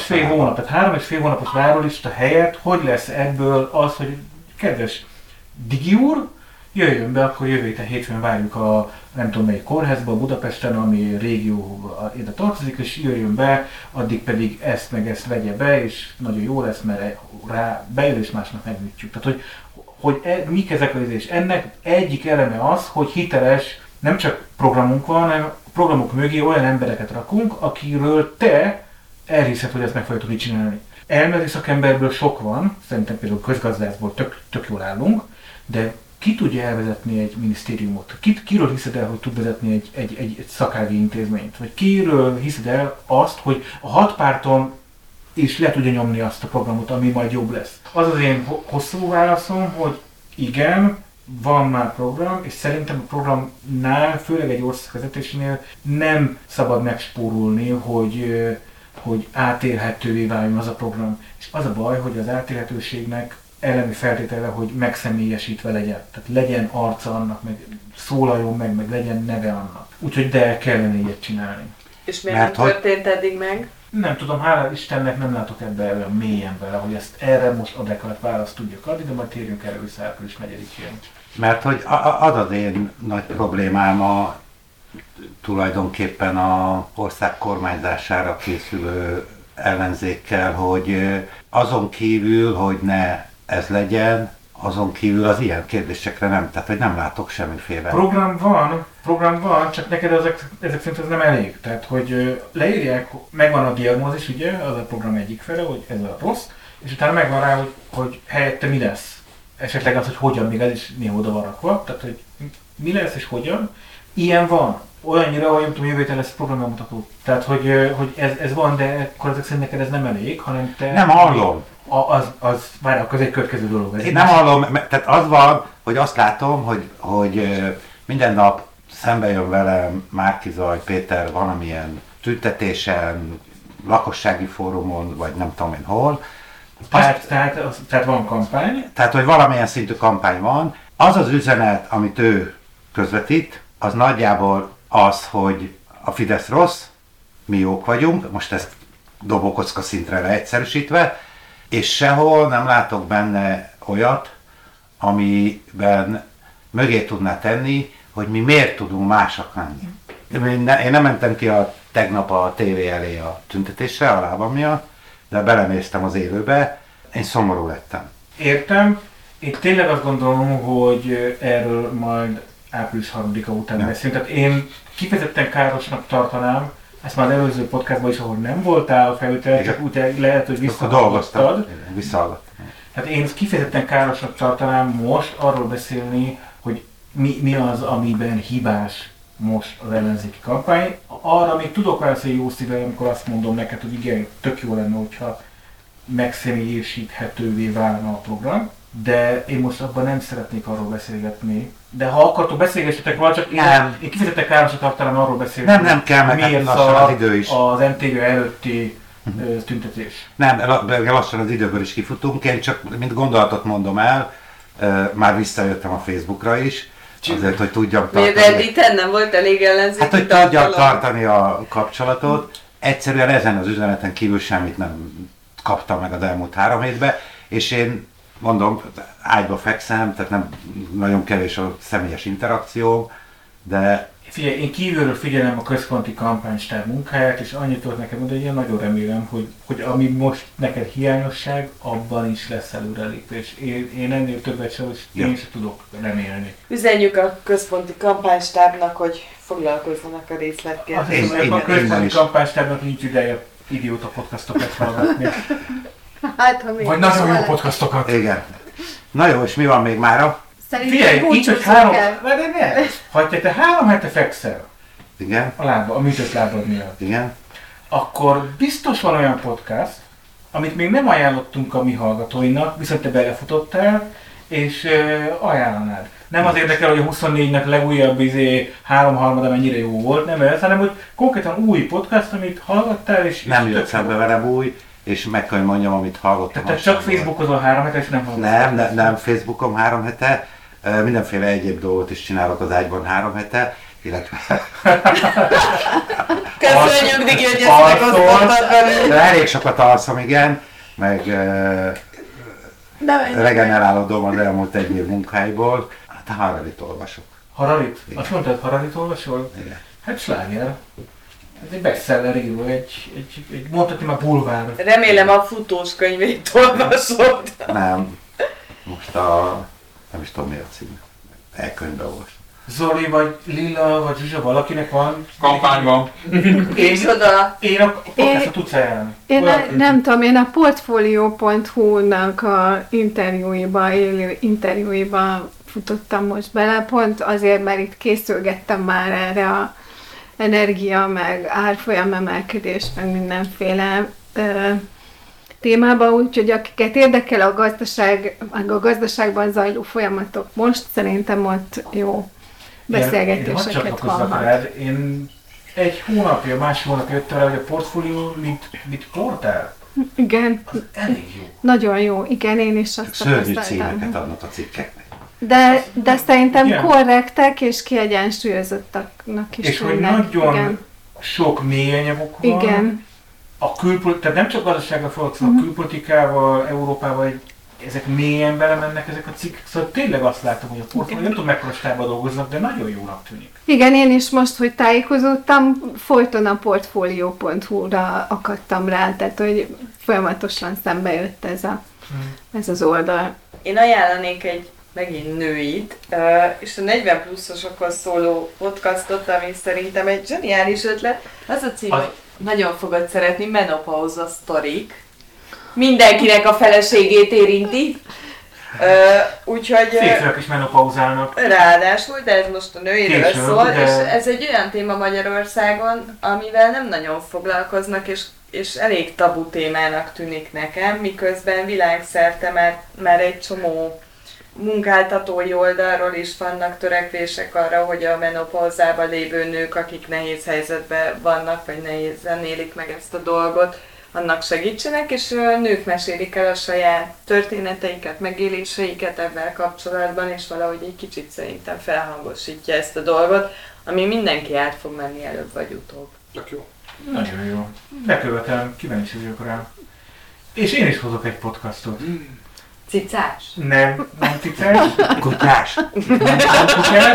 3,5 hónapos várólista helyett, hogy lesz ebből az, hogy kedves Digi úr, jöjjön be, akkor jövő hétfőn várjuk a nem tudom melyik kórházba, Budapesten, ami régióba ide tartozik, és jöjjön be, addig pedig ezt meg ezt vegye be, és nagyon jó lesz, mert rá bejön, és másnap megnyitjuk. Tehát, hogy mik ezek az és ennek egyik eleme az, hogy hiteles, nem csak programunk van, hanem a programok mögé olyan embereket rakunk, akiről te elhiszed, hogy ezt meg fogja tudni csinálni. Elméleti szakemberből sok van, szerintem például közgazdászból tök jól állunk, de ki tudja elvezetni egy minisztériumot? Kiről hiszed el, hogy tud vezetni egy szakági intézményt? Vagy kiről hiszed el azt, hogy a 6 párton is le tudja nyomni azt a programot, ami majd jobb lesz? Az az én hosszú válaszom, hogy igen, van már program, és szerintem a programnál, főleg egy ország vezetésénél nem szabad megspórolni, hogy átélhetővé váljon az a program. És az a baj, hogy az átélhetőségnek elemi feltétele, hogy megszemélyesítve legyen. Tehát legyen arca annak, meg szólaljon meg legyen neve annak. Úgyhogy de kellene ilyet csinálni. És miért nem történt eddig meg? Nem tudom, hála Istennek nem látok ebbe olyan mélyen bele, hogy ezt erre most adekvát választ tudjak adni, de majd térjünk erre vissza április 4-én. Mert hogy az az én nagy problémám tulajdonképpen a ország kormányzására készülő ellenzékkel, hogy azon kívül, hogy ne ez legyen, azon kívül az ilyen kérdésekre nem, tehát hogy nem látok semmiféle. Program van, csak neked ezek szerint ez nem elég. Tehát, hogy leírják, megvan a diagnózis, ugye, az a program egyik fele, hogy ez a rossz, és utána megvan rá, hogy helyette mi lesz. Esetleg az, hogy hogyan, még ez is néha oda van rakva, tehát, hogy mi lesz és hogyan. Ilyen van. Olyannyira, hogy nem tudom, jövő héten lesz programbemutató. Tehát, hogy ez van, de akkor ezek szerint neked ez nem elég, hanem te... Nem hallom. Várj, akkor ez egy következő dolog. Én nem hallom, tehát az van, hogy azt látom, hogy minden nap szembe jön velem Márki-Zay Péter valamilyen tüntetésen, lakossági fórumon, vagy nem tudom én hol. Tehát van kampány. Tehát, hogy valamilyen szintű kampány van. Az az üzenet, amit ő közvetít, az nagyjából az, hogy a Fidesz rossz, mi jók vagyunk, most ezt dobókocka szintre leegyszerűsítve, és sehol nem látok benne olyat, amiben mögé tudná tenni, hogy mi miért tudunk másak lenni. Én nem mentem ki tegnap a tévé elé a tüntetésre, a lábam miatt, de belenéztem az élőbe, én szomorú lettem. Értem. Én tényleg azt gondolom, hogy erről majd április 3-a után beszélünk. Tehát én kifejezetten károsnak tartanám, ezt már az előző podcastban is, ahol nem voltál a felvétel, csak úgy lehet, hogy visszahallgattad. Hát én kifejezetten károsnak tartanám most arról beszélni, hogy mi az, amiben hibás most az ellenzéki kampány. Arra még tudok válaszolni jó szívvel, amikor azt mondom neked, hogy igen, tök jó lenne, hogyha megszemélyesíthetővé válna a program, de én most abban nem szeretnék arról beszélgetni. De ha akartok, beszélgessetek vala, csak én kifejezetten károsnak tartanám arról beszélni. Nem kell, meg miért lassan az idő is. Az MTV előtti tüntetés. Nem, lassan az időből is kifutunk, én csak mint gondolatot mondom el, már visszajöttem a Facebookra is, azért, hogy tudjam tartani. Miért eddig nem volt elég ellenzéki hát, hogy tudjam tartani a kapcsolatot. Egyszerűen ezen az üzeneten kívül semmit nem kaptam meg az elmúlt 3 hétben, és én mondom, ágyba fekszem, tehát nem nagyon kevés a személyes interakció, de... Figyelj, én kívülről figyelem a központi kampánystáb munkáját, és annyit tudok neked mondani, hogy én nagyon remélem, hogy ami most neked hiányosság, abban is lesz előrelépés. Én ennél többet sem, és én sem tudok remélni. Üzenjük a központi kampánystábnak, hogy foglalkozzanak a részletkel. A központi kampánystábnak nincs ideje idióta podcastokat hallgatni. Hát, ha még vagy nagyon jó podcastokat. Igen. Na jó, és mi van még mára? Figyelj, így, hogy 3... Ha te 3 hete fekszel igen. A műtött lábad miatt, igen. akkor biztos van olyan podcast, amit még nem ajánlottunk a mi hallgatóinak, viszont te belefutottál, és ajánlanád. Nem az érdekel, hogy a 24-nek legújabb 3/3 mennyire jó volt, nem ez, hanem hogy konkrétan új podcast, amit hallgattál, és... Nem jött szembe velem új, és meg kell mondjam, amit hallottam. Tehát csak Facebookozol 3 hete, és nem hallgattál? Nem Facebookom 3 hete, mindenféle egyéb dolgot is csinálok az ágyban 3 hete, illetve... Köszönjük, Digi, hogy ezt megosztottad velünk! Elég sokat alszom, igen, meg regenerálódom az elmúlt 1 év munkáiból. Hát Hararit olvasok. Hararit? Azt mondtad, Hararit olvasol? Igen. Hát sláger. Ez egy bestseller író, mondhatni már bulvár. Remélem a futós könyvét olvasod. Nem. Most nem is tudom mi a cím. E-könyvbe olvasom. Zoli, vagy Lilla, vagy Zsuzsa, valakinek van? Kampányban. Én a podcastot tudsz ajánlani. Nem tudom, én a Portfolio.hu-nak a élő interjúiba futottam most bele, pont azért, mert itt készülgettem már erre a energia, meg árfolyam emelkedés, meg mindenféle témába, úgyhogy akiket érdekel a gazdaság, meg a gazdaságban zajló folyamatok most, szerintem ott jó beszélgetéseket hallhat. Én egy hónapja, másfél hónapja jöttem rá, hogy a portfólió mint portál. Igen. Az elég jó. Nagyon jó, igen, én is azt szörnyű címeket adnak a cikkeknek. De szerintem igen. korrektek és kiegyensúlyozottaknak is. És hogy nagyon igen. sok mély anyagok van. Igen. Tehát nem csak gazdasággal foglalkoznak, a külpolitikával, Európával, ezek mélyen belemennek ezek a cikkek. Szóval tényleg azt látom, hogy a portfólió, nem tudom mekkora stábban dolgoznak, de nagyon jónak tűnik. Igen, én is most, hogy tájékozódtam, folyton a portfolio.hu-ra akadtam rá, tehát hogy folyamatosan szembe jött ez az oldal. Én ajánlanék egy megint nőit, és a 40 pluszosokhoz szóló podcastot, ami szerintem egy zseniális ötlet. Az a cím, hogy nagyon fogod szeretni, menopauza sztorik. Mindenkinek a feleségét érinti. Úgyhogy... Férfiak is menopauzálnak. Ráadásul, de ez most a nőiről Később, szól, de... és ez egy olyan téma Magyarországon, amivel nem nagyon foglalkoznak, és elég tabu témának tűnik nekem, miközben világszerte már egy csomó munkáltatói oldalról is vannak törekvések arra, hogy a menopauzában lévő nők, akik nehéz helyzetben vannak, vagy nehézen élik meg ezt a dolgot, annak segítsenek, és nők mesélik el a saját történeteiket, megéléseiket ebben kapcsolatban, és valahogy egy kicsit szerintem felhangosítja ezt a dolgot, ami mindenki át fog menni előbb vagy utóbb. Tök jó. Nagyon jó. Bekövetem, kíváncsi vagyok rá. És én is hozok egy podcastot. Cicás? Nem cicás. Kutyás. Nem kutyás.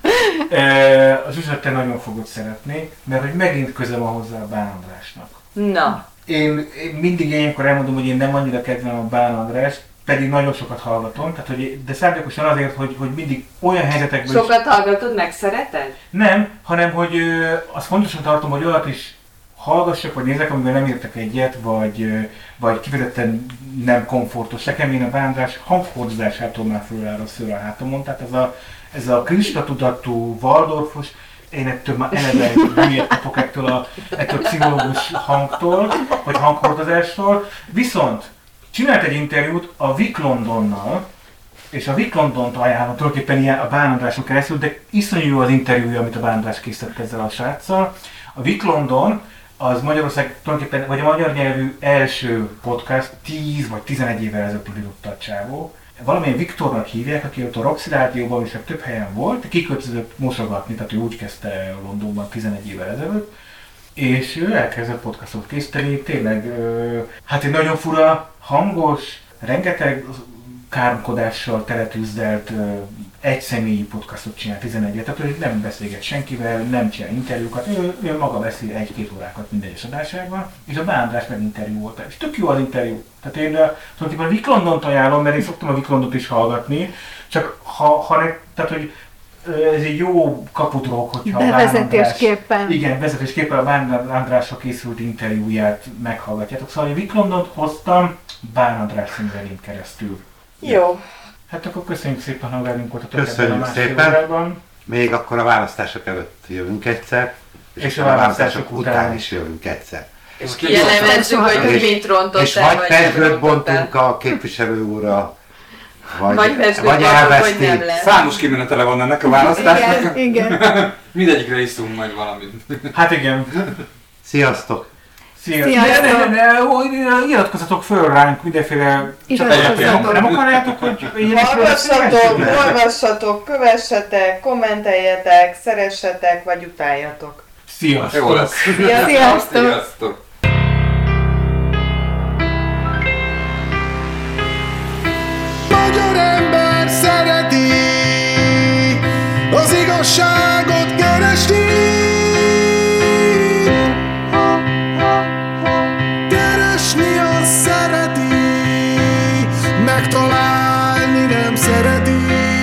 Az üzlete nagyon fogod szeretni, mert hogy megint köze van hozzá a Bán Andrásnak. Na. Én mindig ilyenkor elmondom, hogy én nem annyira kedvelem a Bán Andrást, pedig nagyon sokat hallgatom, tehát, de szándékosan azért, hogy mindig olyan helyzetekben sokat hallgatod, meg szereted? Nem, hanem hogy azt fontosan tartom, hogy olyat is hallgassak, vagy nézek, amivel nem értek egyet, vagy kifejezetten nem komfortos. Nekem én a Bán András hanghordozásától már föláll a szőr a hátamon, tehát ez a kristatudatú, Waldorfos, én ettől már eleve hülyét kapok ettől a pszichológus hangtól, vagy hanghordozástól. Viszont csinált egy interjút a Vic Londonnal, és a Vic Londont ajánlom tulajdonképpen ilyen a Bán Andráson keresztül, de iszonyú jó az interjúja, amit a Bán András készített ezzel a sráccal. A Vic London az Magyarország tulajdonképpen, vagy a magyar nyelvű első podcast 10 vagy 11 évvel ezelőtt indította a csávó. Valamilyen Viktornak hívják, aki ott a Roxy Rádióban és több helyen volt, kiköltözött mosogatni, tehát ő úgy kezdte Londonban 11 évvel ezelőtt, és ő elkezdett podcastot készíteni, tényleg hát egy nagyon fura, hangos, rengeteg káromkodással teletűzdelt egyszemélyi podcastot csinál 11-et, tehát ő nem beszélget senkivel, nem csinál interjúkat, ő maga beszél 1-2 órákat minden egyes adásában, és a Bán András meg interjú volt, és tök jó az interjú. Tehát én tulajdonképpen a Vic Londont ajánlom, mert én szoktam a Vic Londont is hallgatni, csak tehát hogy ez egy jó kapudrók, hogyha a vezetésképpen. Igen, vezetésképpen a Bán Andrásra készült interjúját meghallgatjátok. Szóval a Vic Londont hoztam Bán András színvelén keresztül. Jó. Hát akkor köszönjük szépen, ha velünk voltatok ebben a másfél órában. Még akkor a választások előtt jövünk egyszer, és a választások után is jövünk egyszer. És kielemezzük, hogy mit rontottál, és vagy pedvőt bontunk a képviselő úrra, vagy elveszték. Számos kimenetele van ennek a választásnak. Igen. Mindegyikre iszunk majd valamit. Hát igen. Sziasztok! Sziasztok! Iratkozzatok föl ránk mindenféle... Iratkozzatok! Nem akarjátok, hogy... Olvassatok, kövessetek, kommenteljetek, szeressetek, vagy utáljatok. Sziasztok! Jó lesz. Sziasztok! Magyar ember szereti az igazságot keresni. Keresni azt szereti, megtalálni nem szereti.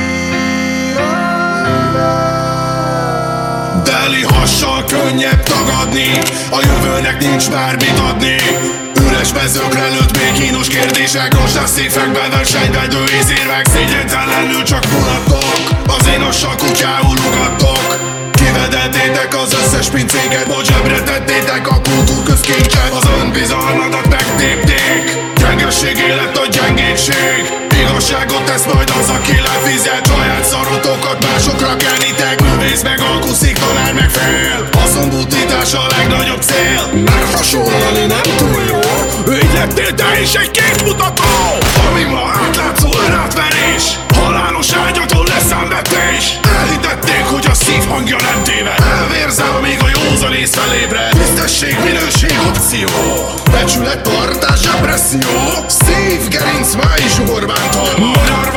Deli hassal könnyebb tagadni, a jövőnek nincs már mit adni. Üres mezőkre lőtt még kínos kérdés. Szélsőségisek, rostás szívekben versenyben dőizérvek, szégyentelenül csak mulattok, az énossal kutyául ugattok. Kivedeltétek az összes pincéket, vagy zsebre tettétek a kultúrközkincset. Az önbizalmadat megtépték, gyengességé lett a gyengétség. Igazságot tesz majd az, aki lefizet. Saját szarotokat másokra kenitek. Művész meg alkuszik, tanár meg fél. Haszonbutítás a legnagyobb cél. Mert hasonlani nem túl jó, így lettél te is egy képmutató. Ami ma átlátszó önátverés, halálos ágyaton leszánvetés. Elhitették, hogy a szív hangja nem téved. Elvérzál, amíg a józanész felébred. Tisztesség, minőség, opció, becsület, tartás, depresszió. Szív, gerinc, máj, zsugorbántalma. Magyar